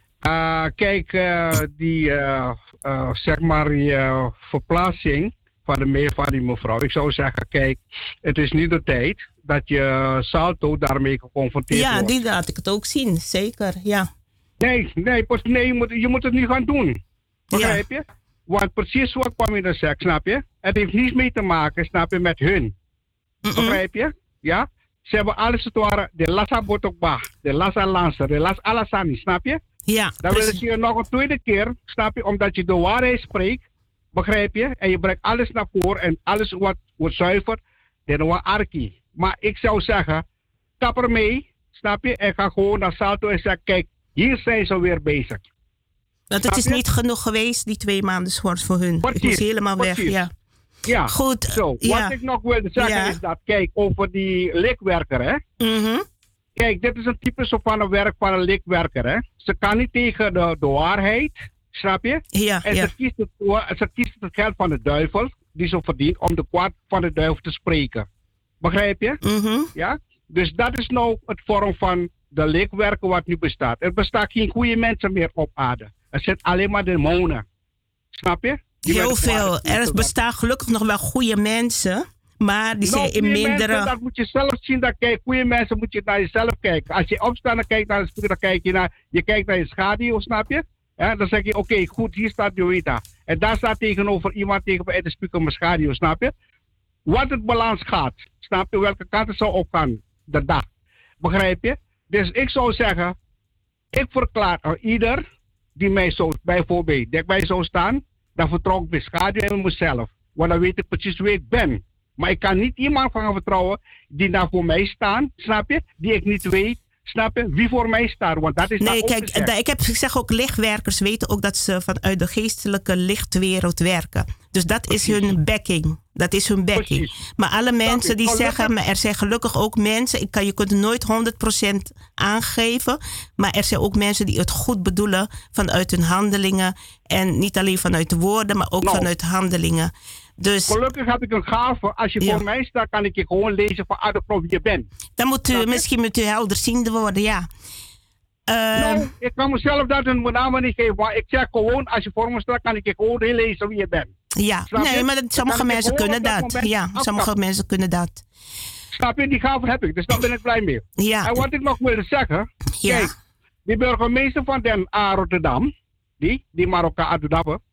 Uh, kijk, uh, die uh, uh, zeg maar die, uh, verplaatsing van de meer van die mevrouw. Ik zou zeggen, kijk, het is nu de tijd dat je Salto daarmee geconfronteerd ja, wordt. Ja, die laat ik het ook zien, zeker, ja. Nee, nee, nee je, moet, je moet het nu gaan doen. Begrijp ja. je? Want precies wat kwam je dan zegt, snap je? Het heeft niets mee te maken, snap je, met hun. Mm-mm. Begrijp je? Ja? Ze hebben alles het ware, de Lassa Botokba, de Lassa Lancer, de Lassa Alassani, snap je? Ja. Dan willen ze je nog een tweede keer, snap je, omdat je de waarheid spreekt, begrijp je? En je brengt alles naar voren en alles wat wordt zuiver, dan wordt arki. Maar ik zou zeggen, kap ermee, snap je? En ga gewoon naar Salto en zeg, kijk, hier zijn ze weer bezig. Want het is niet genoeg geweest, die twee maanden schors voor hun. Precies, het is helemaal precies. weg, ja. Ja, goed. Zo, ja. Wat ik nog wilde zeggen ja. is dat, kijk, over die likwerker, hè. Mm-hmm. Kijk, dit is een type zo van een werk van een likwerker, hè. Ze kan niet tegen de, de waarheid, snap je? Ja, en ja. Ze, kiest het, ze kiest het geld van de duivel, die ze verdient, om de kwaad van de duivel te spreken. Begrijp je? Mm-hmm. Ja? Dus dat is nou het vorm van de likwerker wat nu bestaat. Er bestaan geen goede mensen meer op aarde. Er zijn alleen maar demonen. Snap je? Die Heel veel. Er bestaan gelukkig nog wel goede mensen, maar die zijn in mindere... Mensen, dat moet je zelf zien. Dat kijk, goede mensen moet je naar jezelf kijken. Als je opstaat en kijkt naar de spiegel, dan kijk je naar, je kijkt naar je schaduw, snap je? Ja, dan zeg je, oké, okay, goed, hier staat Joïta. En daar staat tegenover iemand tegenover in de spiegel mijn schaduw, snap je? Wat het balans gaat, snap je? Welke kant het zou opgaan, de dag. Begrijp je? Dus ik zou zeggen, ik verklaar aan ieder die mij zo, bijvoorbeeld, dichtbij zou staan, dan vertrouw ik mijn schaduw en mezelf. Want dan weet ik precies wie ik ben. Maar ik kan niet iemand gaan vertrouwen die daar voor mij staan, snap je? Die ik niet weet, snap je? Wie voor mij staat. Want dat is nee, kijk, ik, heb, ik zeg ook, lichtwerkers weten ook dat ze vanuit de geestelijke lichtwereld werken. Dus dat Precies. is hun backing. Dat is hun backing. Precies. Maar alle mensen die zeggen, maar er zijn gelukkig ook mensen, ik kan, je kunt het nooit honderd procent aangeven, maar er zijn ook mensen die het goed bedoelen vanuit hun handelingen. En niet alleen vanuit de woorden, maar ook nou, vanuit handelingen. Dus, gelukkig heb ik een gave. Als je ja. voor mij staat, kan ik je gewoon lezen van ah, wie je bent. Dan moet u, Snap misschien moet u helderziende worden, ja. Uh, nou, ik kan mezelf dat een naam niet geven, maar ik zeg gewoon, als je voor me staat, kan ik je gewoon lezen wie je bent. Ja, Snap nee, je? maar dat, sommige mensen kunnen dat. dat ja, afkappen. sommige mensen kunnen dat. Snap je, die gave heb ik, dus daar ben ik blij mee. Ja. En wat ik nog wilde zeggen, ja. kijk, die burgemeester van Den A Rotterdam, die, die Marokkaan Adudappe,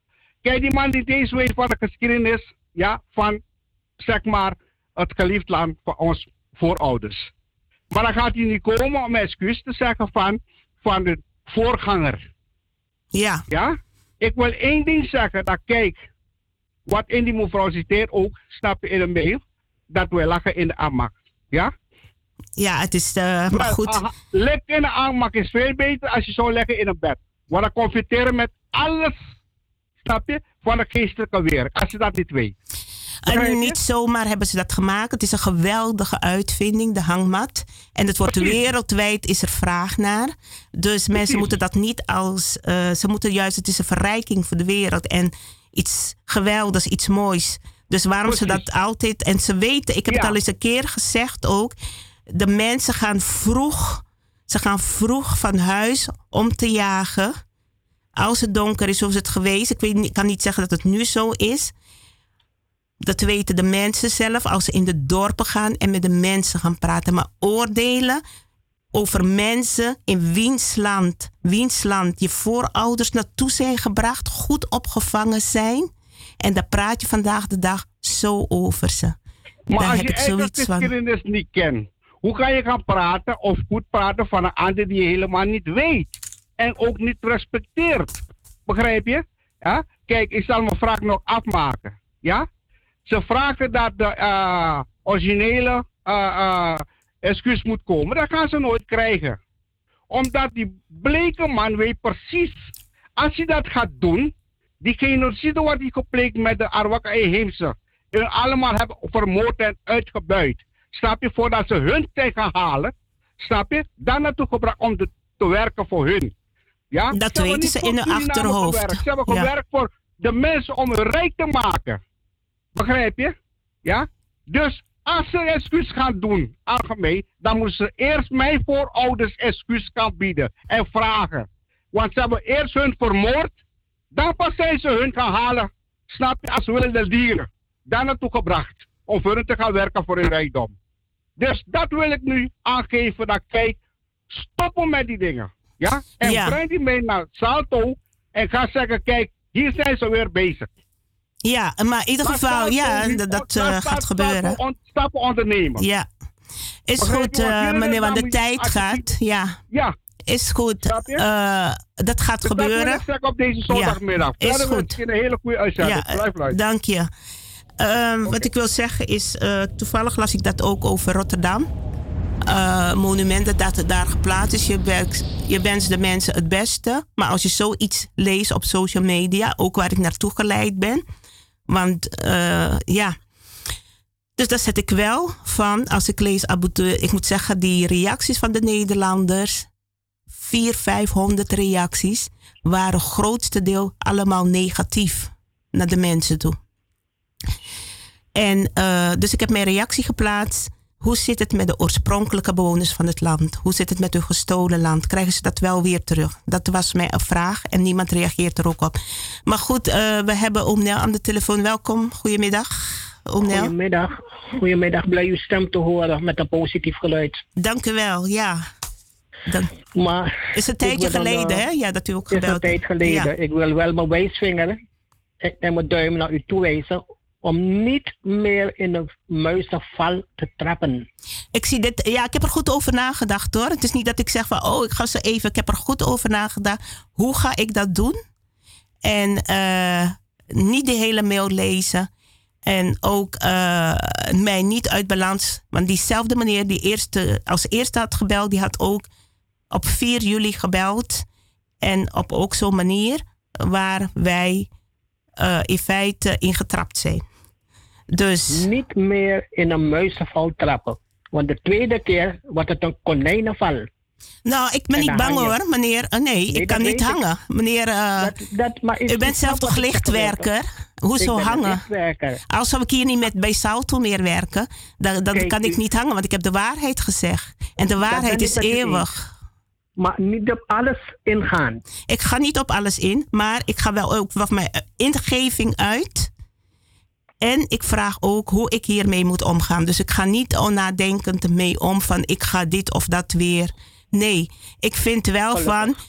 Kijk, die man die deze weet van de geschiedenis, ja, van, zeg maar, het geliefd land van ons voorouders. Maar dan gaat hij niet komen om excuus te zeggen van, van de voorganger. Ja. Ja? Ik wil één ding zeggen, dat kijk, wat in die mevrouw citeert ook, snap je in de mail, dat we lachen in de aanmak. Ja? Ja, het is, uh, maar goed. Uh, Liggen in de aanmak is veel beter als je zou leggen in een bed. Want dan confronteren met alles, snap je, van de geestelijke wereld, als je dat niet weet. En niet zomaar hebben ze dat gemaakt. Het is een geweldige uitvinding, de hangmat. En het wordt wereldwijd, is er vraag naar. Dus mensen moeten dat niet als... Uh, ze moeten juist, het is een verrijking voor de wereld. En iets geweldigs, iets moois. Dus waarom Precies. ze dat altijd... En ze weten, ik heb ja. het al eens een keer gezegd ook. De mensen gaan vroeg... Ze gaan vroeg van huis om te jagen. Als het donker is, zoals het geweest. Ik, weet, ik kan niet zeggen dat het nu zo is... Dat weten de mensen zelf als ze in de dorpen gaan en met de mensen gaan praten. Maar oordelen over mensen in wiens land, wiens land je voorouders naartoe zijn gebracht, goed opgevangen zijn. En daar praat je vandaag de dag zo over ze. Maar daar als heb je ik eigen zoiets van. geschiedenis niet kent, hoe kan je gaan praten of goed praten van een ander die je helemaal niet weet? En ook niet respecteert. Begrijp je? Ja? Kijk, ik zal mijn vraag nog afmaken. Ja? Ze vragen dat de uh, originele uh, uh, excuus moet komen. Dat gaan ze nooit krijgen. Omdat die bleke man weet precies. Als hij dat gaat doen. Die genocide wordt die gepleegd met de Arawak Inheemse. En allemaal hebben vermoord en uitgebuit. Snap je? Voordat ze hun tijd gaan halen. Snap je? Dan naartoe gebracht om te, te werken voor hun. Ja? Dat ze weten ze in hun achterhoofd. Gewerkt. Ze hebben ja. gewerkt voor de mensen om hun rijk te maken. Begrijp je? Ja? Dus als ze excuus gaan doen, algemeen, dan moeten ze eerst mijn voorouders excuus gaan bieden en vragen. Want ze hebben eerst hun vermoord, dan pas zijn ze hun gaan halen, snap je, als wilde dieren. Daar naartoe gebracht, om voor hun te gaan werken voor hun rijkdom. Dus dat wil ik nu aangeven, dat kijk, stoppen met die dingen. Ja? En ja. breng die mee naar Salto en ga zeggen, kijk, hier zijn ze weer bezig. Ja, maar in ieder geval, ja, dat, dat uh, gaat gebeuren. On, stappen ondernemen. Ja. Is Begrijp goed, uh, meneer, want de tijd gaat. Ja. Ja. Is goed. Uh, dat gaat dus gebeuren. Dat wil ik op deze zondagmiddag. Ja. Is goed. Een hele goede uitzending. Ja, Blijf dank je. Uh, okay. Wat ik wil zeggen is, uh, toevallig las ik dat ook over Rotterdam. Uh, monumenten dat het daar geplaatst is. Je, werkt, je wenst de mensen het beste. Maar als je zoiets leest op social media, ook waar ik naartoe geleid ben. Want uh, ja, dus daar zet ik wel van, als ik lees Abu Tur, ik moet zeggen, die reacties van de Nederlanders, vierhonderd, vijfhonderd reacties, waren het grootste deel allemaal negatief naar de mensen toe. En uh, dus ik heb mijn reactie geplaatst. Hoe zit het met de oorspronkelijke bewoners van het land? Hoe zit het met hun gestolen land? Krijgen ze dat wel weer terug? Dat was mij een vraag en niemand reageert er ook op. Maar goed, uh, we hebben oom Nel aan de telefoon. Welkom, goedemiddag. Oom Nel. Goedemiddag. Goedemiddag, blij uw stem te horen met een positief geluid. Dank u wel, ja. Dan... Maar is een tijdje geleden, dan, uh, hè? Ja, dat u ook gebeld hebt. Is een tijd geleden. Ja. Ik wil wel mijn wijsvinger en mijn duim naar u toewijzen om niet meer in een muizenval te trappen. Ik zie dit, ja, ik heb er goed over nagedacht hoor. Het is niet dat ik zeg van, oh, ik ga ze even, ik heb er goed over nagedacht. Hoe ga ik dat doen? En uh, niet de hele mail lezen. En ook uh, mij niet uit balans. Want diezelfde meneer die eerste, als eerste had gebeld, die had ook op vier juli gebeld. En op ook zo'n manier waar wij uh, in feite ingetrapt zijn. Dus niet meer in een muizenval trappen. Want de tweede keer wordt het een konijnenval. Nou, ik ben niet bang hoor, meneer. Uh, nee, nee, ik kan niet hangen. Ik. Meneer, uh, dat, dat, maar u bent zelf toch lichtwerker? Hoezo hangen? Als zou ik hier niet met bij Salto meer werken, dan, dan Kijk, kan ik niet hangen, want ik heb de waarheid gezegd. En de waarheid is eeuwig. Maar niet op alles ingaan. Ik ga niet op alles in, maar ik ga wel ook wat mijn ingeving uit. En ik vraag ook hoe ik hiermee moet omgaan. Dus ik ga niet onnadenkend mee om van ik ga dit of dat weer. Nee, ik vind wel Gelukkig. van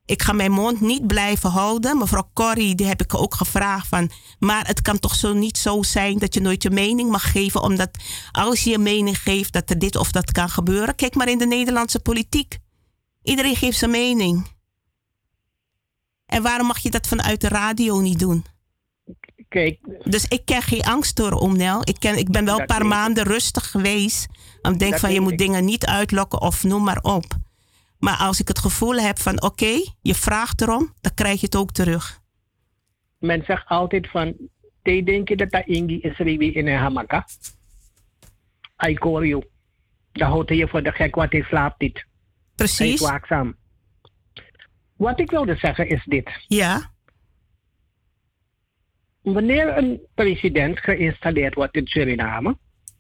Ik ga mijn mond niet blijven houden. Mevrouw Corrie, die heb ik ook gevraagd van... maar het kan toch zo niet zo zijn dat je nooit je mening mag geven... omdat als je je mening geeft dat er dit of dat kan gebeuren... Kijk maar in de Nederlandse politiek. Iedereen geeft zijn mening. En waarom mag je dat vanuit de radio niet doen? Kijk. Dus ik ken geen angst door, Omnel. Ik, ken, ik ben wel een paar maanden rustig geweest. Ik denk van je moet ik. dingen niet uitlokken of noem maar op. Maar als ik het gevoel heb van oké, okay, je vraagt erom, dan krijg je het ook terug. Men zegt altijd van, te denk je dat dat ingi is ribi in een hamaka? I call you. Dan houdt je voor de gek, wat hij slaapt niet. Precies. Hij is waakzaam. Wat ik wilde zeggen is dit. Ja. Wanneer een president geïnstalleerd wordt in Suriname,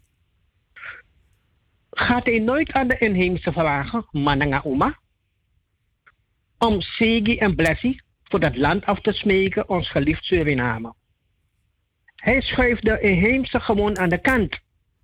gaat hij nooit aan de inheemse vragen, Mananga Uma, om segi en blessie voor dat land af te smeken, ons geliefd Suriname. Hij schuift de inheemse gewoon aan de kant.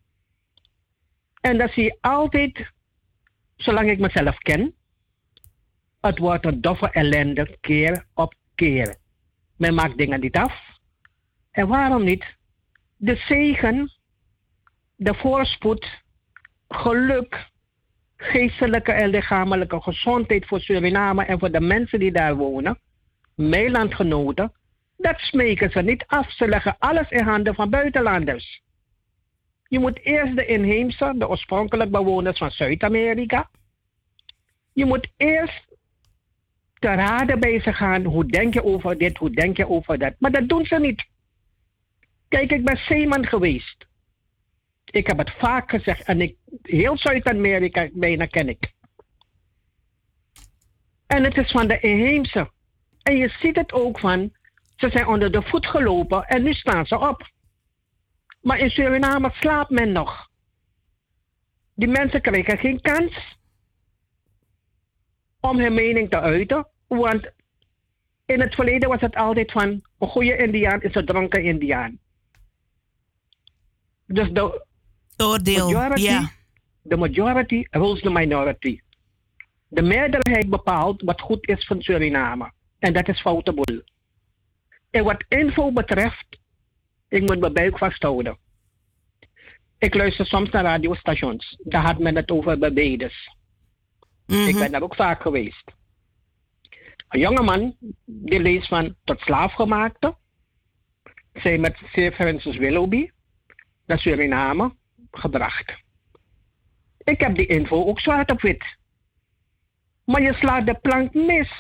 En dat zie je altijd, zolang ik mezelf ken, het wordt een doffe ellende keer op keer. Men maakt dingen niet af. En waarom niet? De zegen, de voorspoed, geluk, geestelijke en lichamelijke gezondheid voor Suriname en voor de mensen die daar wonen, mijn landgenoten, dat smeken ze niet af. Ze leggen alles in handen van buitenlanders. Je moet eerst de inheemse, de oorspronkelijk bewoners van Zuid-Amerika, je moet eerst te raden bij ze gaan, hoe denk je over dit, hoe denk je over dat. Maar dat doen ze niet. Kijk, ik ben zeeman geweest. Ik heb het vaak gezegd en ik, heel Zuid-Amerika bijna ken ik. En het is van de inheemse. En je ziet het ook van, ze zijn onder de voet gelopen en nu staan ze op. Maar in Suriname slaapt men nog. Die mensen krijgen geen kans om hun mening te uiten. Want in het verleden was het altijd van, een goede Indiaan is een dronken Indiaan. Dus de Oordeel, majority, ja. de majority rules the minority. De meerderheid bepaalt wat goed is van Suriname. En dat is foute boel. En wat info betreft, ik moet mijn buik vasthouden. Ik luister soms naar radiostations. Daar had men het over Barbados. Mm-hmm. Ik ben daar ook vaak geweest. Een jongeman die leest van tot slaafgemaakte. Zij met Sir Francis Willoughby naar Suriname gebracht. Ik heb die info ook zwart op wit. Maar je slaat de plank mis.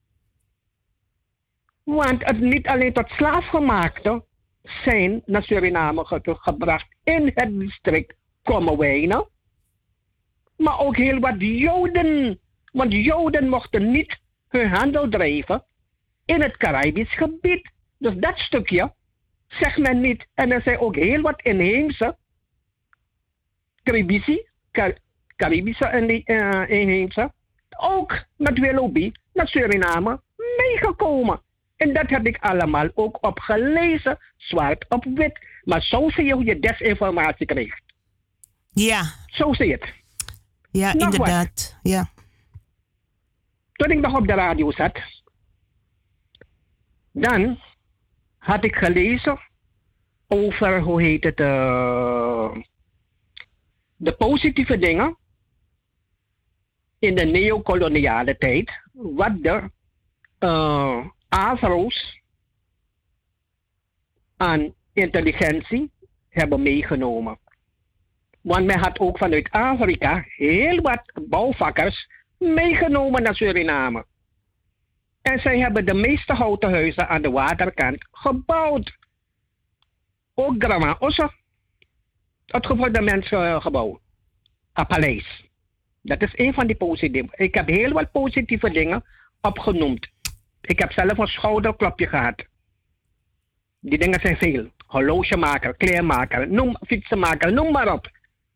Want het niet alleen tot slaafgemaakte zijn naar Suriname ge- gebracht in het district Kommerwijnen. Maar ook heel wat Joden. Want Joden mochten niet hun handel drijven in het Caribisch gebied. Dus dat stukje zegt men niet. En er zijn ook heel wat inheemse, Caribische, Car- Caribische en die, uh, inheemse, ook met Willoughby naar Suriname meegekomen. En dat heb ik allemaal ook opgelezen, zwart op wit. Maar zo zie je hoe je desinformatie krijgt. Ja. Zo zie je het. Ja, nog inderdaad. Wat. Ja. Toen ik nog op de radio zat, dan had ik gelezen over, hoe heet het, uh, de positieve dingen in de neocoloniale tijd, wat de uh, Afro's aan intelligentie hebben meegenomen. Want men had ook vanuit Afrika heel wat bouwvakkers meegenomen naar Suriname. En zij hebben de meeste houten huizen aan de waterkant gebouwd. Ook Grama Osse, het gouvernementsgebouw, een paleis. Dat is een van die positieve. Ik heb heel wat positieve dingen opgenoemd. Ik heb zelf een schouderklopje gehad. Die dingen zijn veel. Horlogemaker, kleermaker, noem, fietsenmaker, noem maar op.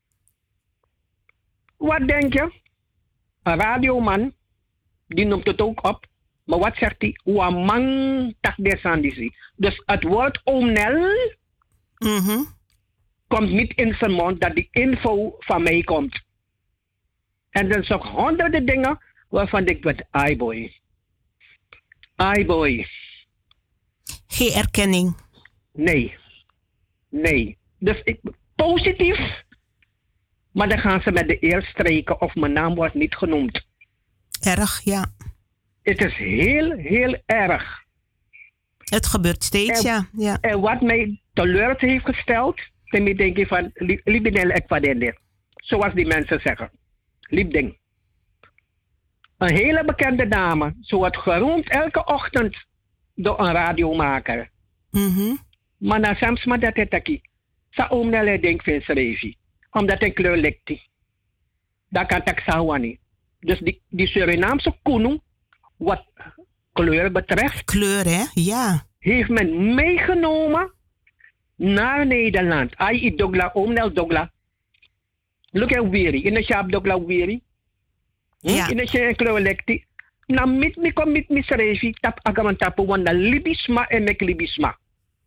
Wat denk je? Een radioman, die noemt het ook op. Maar wat zegt hij? Wamang tak desandisi. Dus het woord omnel mm-hmm. komt niet in zijn mond dat die info van mij komt. En er zijn honderden dingen waarvan ik weet, ai boy. Ai boy. Geen erkenning. Nee. Nee. Dus ik, positief. Maar dan gaan ze met de eer strijken of mijn naam wordt niet genoemd. Erg, ja. Het is heel, heel erg. Het gebeurt steeds, en, ja. ja. En wat mij teleur heeft gesteld, dan denk ik van, libidel ek vadende. Zoals die mensen zeggen. Liebding. Een hele bekende dame. Ze wordt geroemd elke ochtend door een radiomaker. Mm-hmm. Maar na soms maar dat het aquí. Sa omnele denk van Srevi. Omdat een kleur lijkt die. Dat kan ik zeggen niet. Dus die, die Surinaamse kunu, wat kleur betreft. Kleur, hè? Ja. Heeft men meegenomen naar Nederland. Ai i dogla, omnel dogla. Look at Wiri. In de shop dogla Wiri. Hm? Ja. In de shop kleur lijkt die. Na mit mi kom mit mi Srevi. Tap agaman tapu wanda libisma en mek libisma.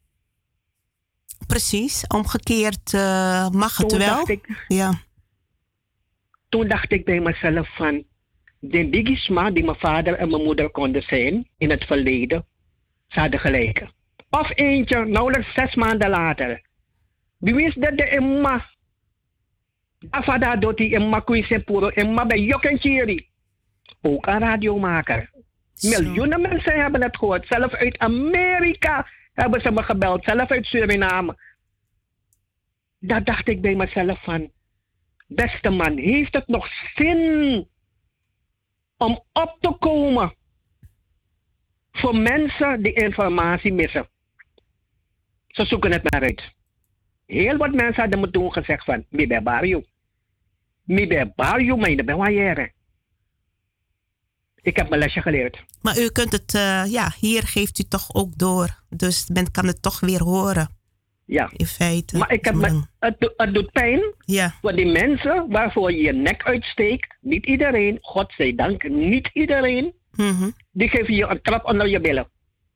Precies, omgekeerd uh, mag het toen wel. Dacht ik, ja. Toen dacht ik bij mezelf van, de bigisma die mijn vader en mijn moeder konden zijn in het verleden, ze hadden gelijk. Of eentje, nauwelijks zes maanden later. Wie wist dat de emma, afada doti emma kuise puro, emma bij Jok en Thierry. Ook een radiomaker. Zo. Miljoenen mensen hebben het gehoord, zelf uit Amerika. Hebben ze me gebeld, zelf uit Suriname. Daar dacht ik bij mezelf van, beste man, heeft het nog zin om op te komen voor mensen die informatie missen? Ze zoeken het maar uit. Heel wat mensen hadden me toen gezegd van, mi ben barrio. Mi ben barrio, maar je bent waaieren. Ik heb mijn lesje geleerd. Maar u kunt het, uh, ja, hier geeft u toch ook door. Dus men kan het toch weer horen. Ja. In feite. Maar ik heb me, het, het doet pijn. Ja. Voor die mensen waarvoor je je nek uitsteekt. Niet iedereen, godzijdank, niet iedereen. Mm-hmm. Die geven je een trap onder je billen.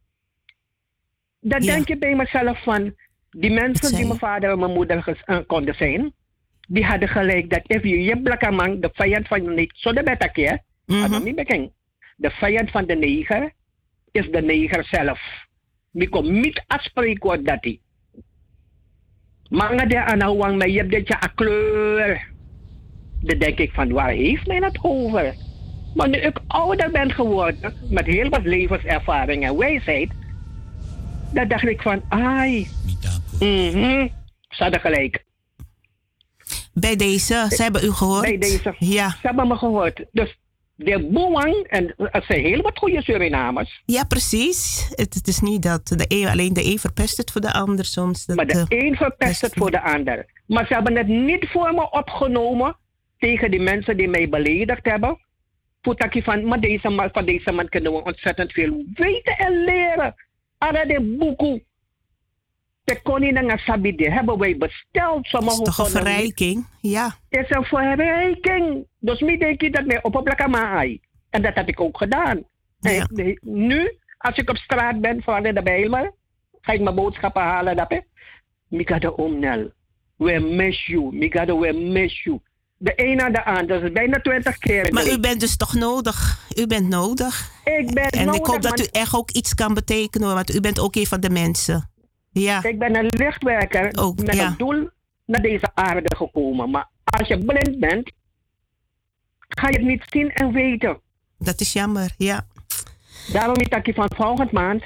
Dan ja. denk je bij mezelf van, die mensen die mijn vader en mijn moeder ges, uh, konden zijn. Die hadden gelijk dat if je je blakkamang, de vijand van je niet, zo de betakje. Mm-hmm. De vijand van de neger is de neger zelf. Ik kom niet afspreken dat hij. Maar de aanhouwang mij je hebt dit kleur. Dan denk ik van waar heeft mij dat over? Maar nu ik ouder ben geworden, met heel wat levenservaring en wijsheid, dan dacht ik van ai. Mhm. Ze hadden gelijk. Bij deze, ze hebben u gehoord. Bij deze. Ja. Ze hebben me gehoord. Dus de boeman, en het zijn heel wat goede Surinamers. Ja, precies. Het, het is niet dat de een, alleen de een verpest het voor de ander soms. Dat maar de een verpest het voor de ander. Maar ze hebben het niet voor me opgenomen tegen die mensen die mij beledigd hebben. Voetakje van, maar deze man, van deze man kunnen we ontzettend veel weten en leren. Ara de boekoe. De koningin en Sabide hebben wij besteld. Het is toch een verrijking? Ja. Het is een verrijking. Dus nu denk je dat mij op een plek aan. En dat heb ik ook gedaan. Ja. En nu, als ik op straat ben, voor de Bijbel, ga ik mijn boodschappen halen. Dat is. Mika omnel. We miss you. Mika we miss you. De een na de ander. Dat is bijna twintig keer. Maar u bent dus toch nodig? U bent nodig. Ik ben en nodig. En ik hoop dat u echt ook iets kan betekenen. Want u bent ook een van de mensen. Ja. Ik ben een lichtwerker ook, met ja. een doel naar deze aarde gekomen. Maar als je blind bent, ga je het niet zien en weten. Dat is jammer, ja. Daarom is dat je van volgende maand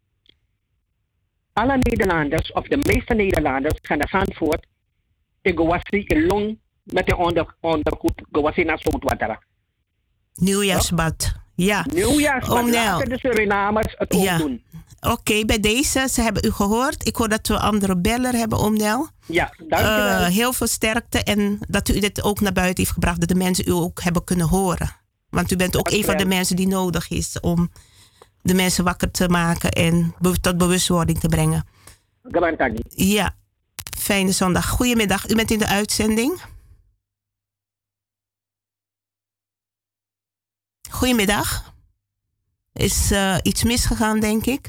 alle Nederlanders, of de meeste Nederlanders, gaan naar Zandvoort. Ik was in Long met de onder, ondergoed. Ik was in Zoutwater. Nieuwjaarsbad, ja. Nieuwjaarsbad, oh, laten de Surinamers het ook ja. doen. Oké, okay, bij deze, ze hebben u gehoord. Ik hoor dat we andere beller hebben, Omnel. Ja, dankjewel. Uh, heel veel sterkte en dat u dit ook naar buiten heeft gebracht, dat de mensen u ook hebben kunnen horen. Want u bent ook dankjewel. Een van de mensen die nodig is om de mensen wakker te maken en be- tot bewustwording te brengen. Ja, fijne zondag. Goedemiddag, u bent in de uitzending. Goedemiddag. Is uh, iets misgegaan, denk ik?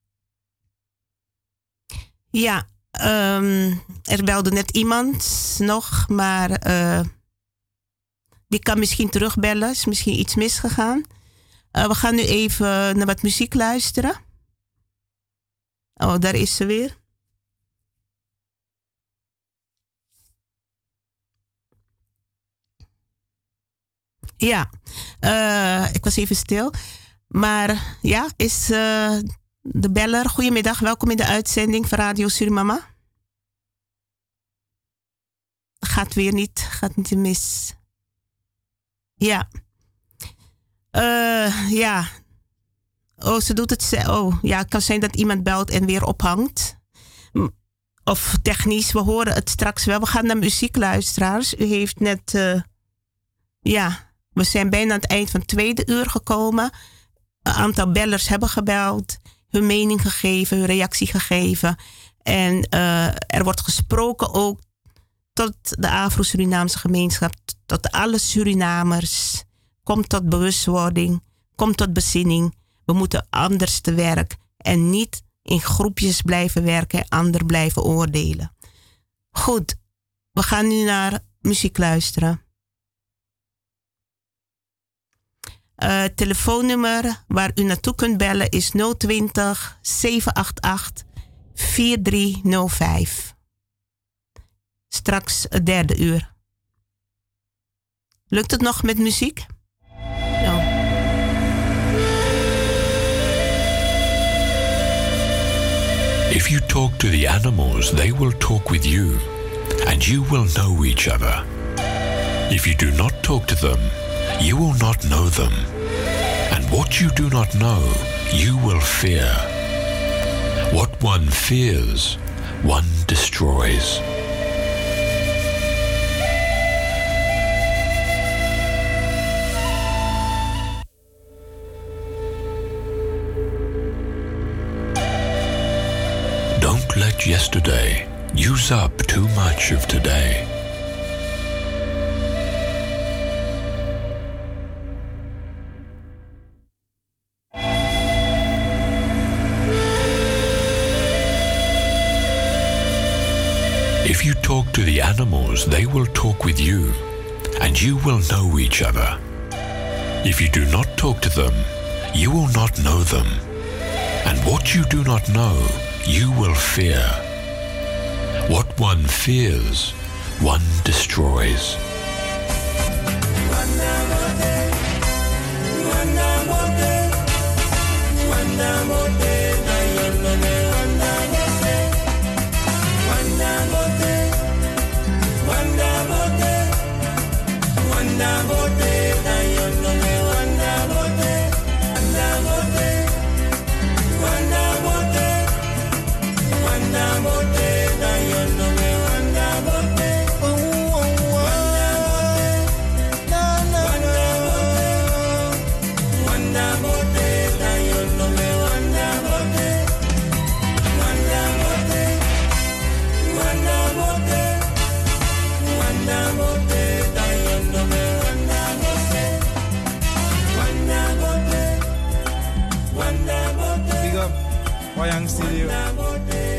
Ja, um, er belde net iemand nog, maar uh, die kan misschien terugbellen. Is misschien iets misgegaan. Uh, we gaan nu even naar wat muziek luisteren. Oh, daar is ze weer. Ja, uh, ik was even stil. Maar ja, is uh, de beller. Goedemiddag, welkom in de uitzending van Radio Surimama. Gaat weer niet, gaat niet mis. Ja. Uh, ja. Oh, ze doet het. Oh, ja, het kan zijn dat iemand belt en weer ophangt. Of technisch, we horen het straks wel. We gaan naar muziekluisteraars. U heeft net. Uh, ja, we zijn bijna aan het eind van het tweede uur gekomen. Een aantal bellers hebben gebeld, hun mening gegeven, hun reactie gegeven. En uh, er wordt gesproken ook tot de Afro-Surinaamse gemeenschap, tot alle Surinamers. Kom tot bewustwording, kom tot bezinning. We moeten anders te werk en niet in groepjes blijven werken en ander blijven oordelen. Goed, we gaan nu naar muziek luisteren. Uh, telefoonnummer waar u naartoe kunt bellen is nul twintig, zeven acht acht, vier drie nul vijf. Straks het derde uur. Lukt het nog met muziek? No. If you talk to the animals, they will talk with you, and you will know each other. If you do not talk to them, you will not know them, and what you do not know, you will fear. What one fears, one destroys. Don't let yesterday use up too much of today. If you talk to the animals, they will talk with you, and you will know each other. If you do not talk to them, you will not know them, and what you do not know, you will fear. What one fears, one destroys. Wayang Studio.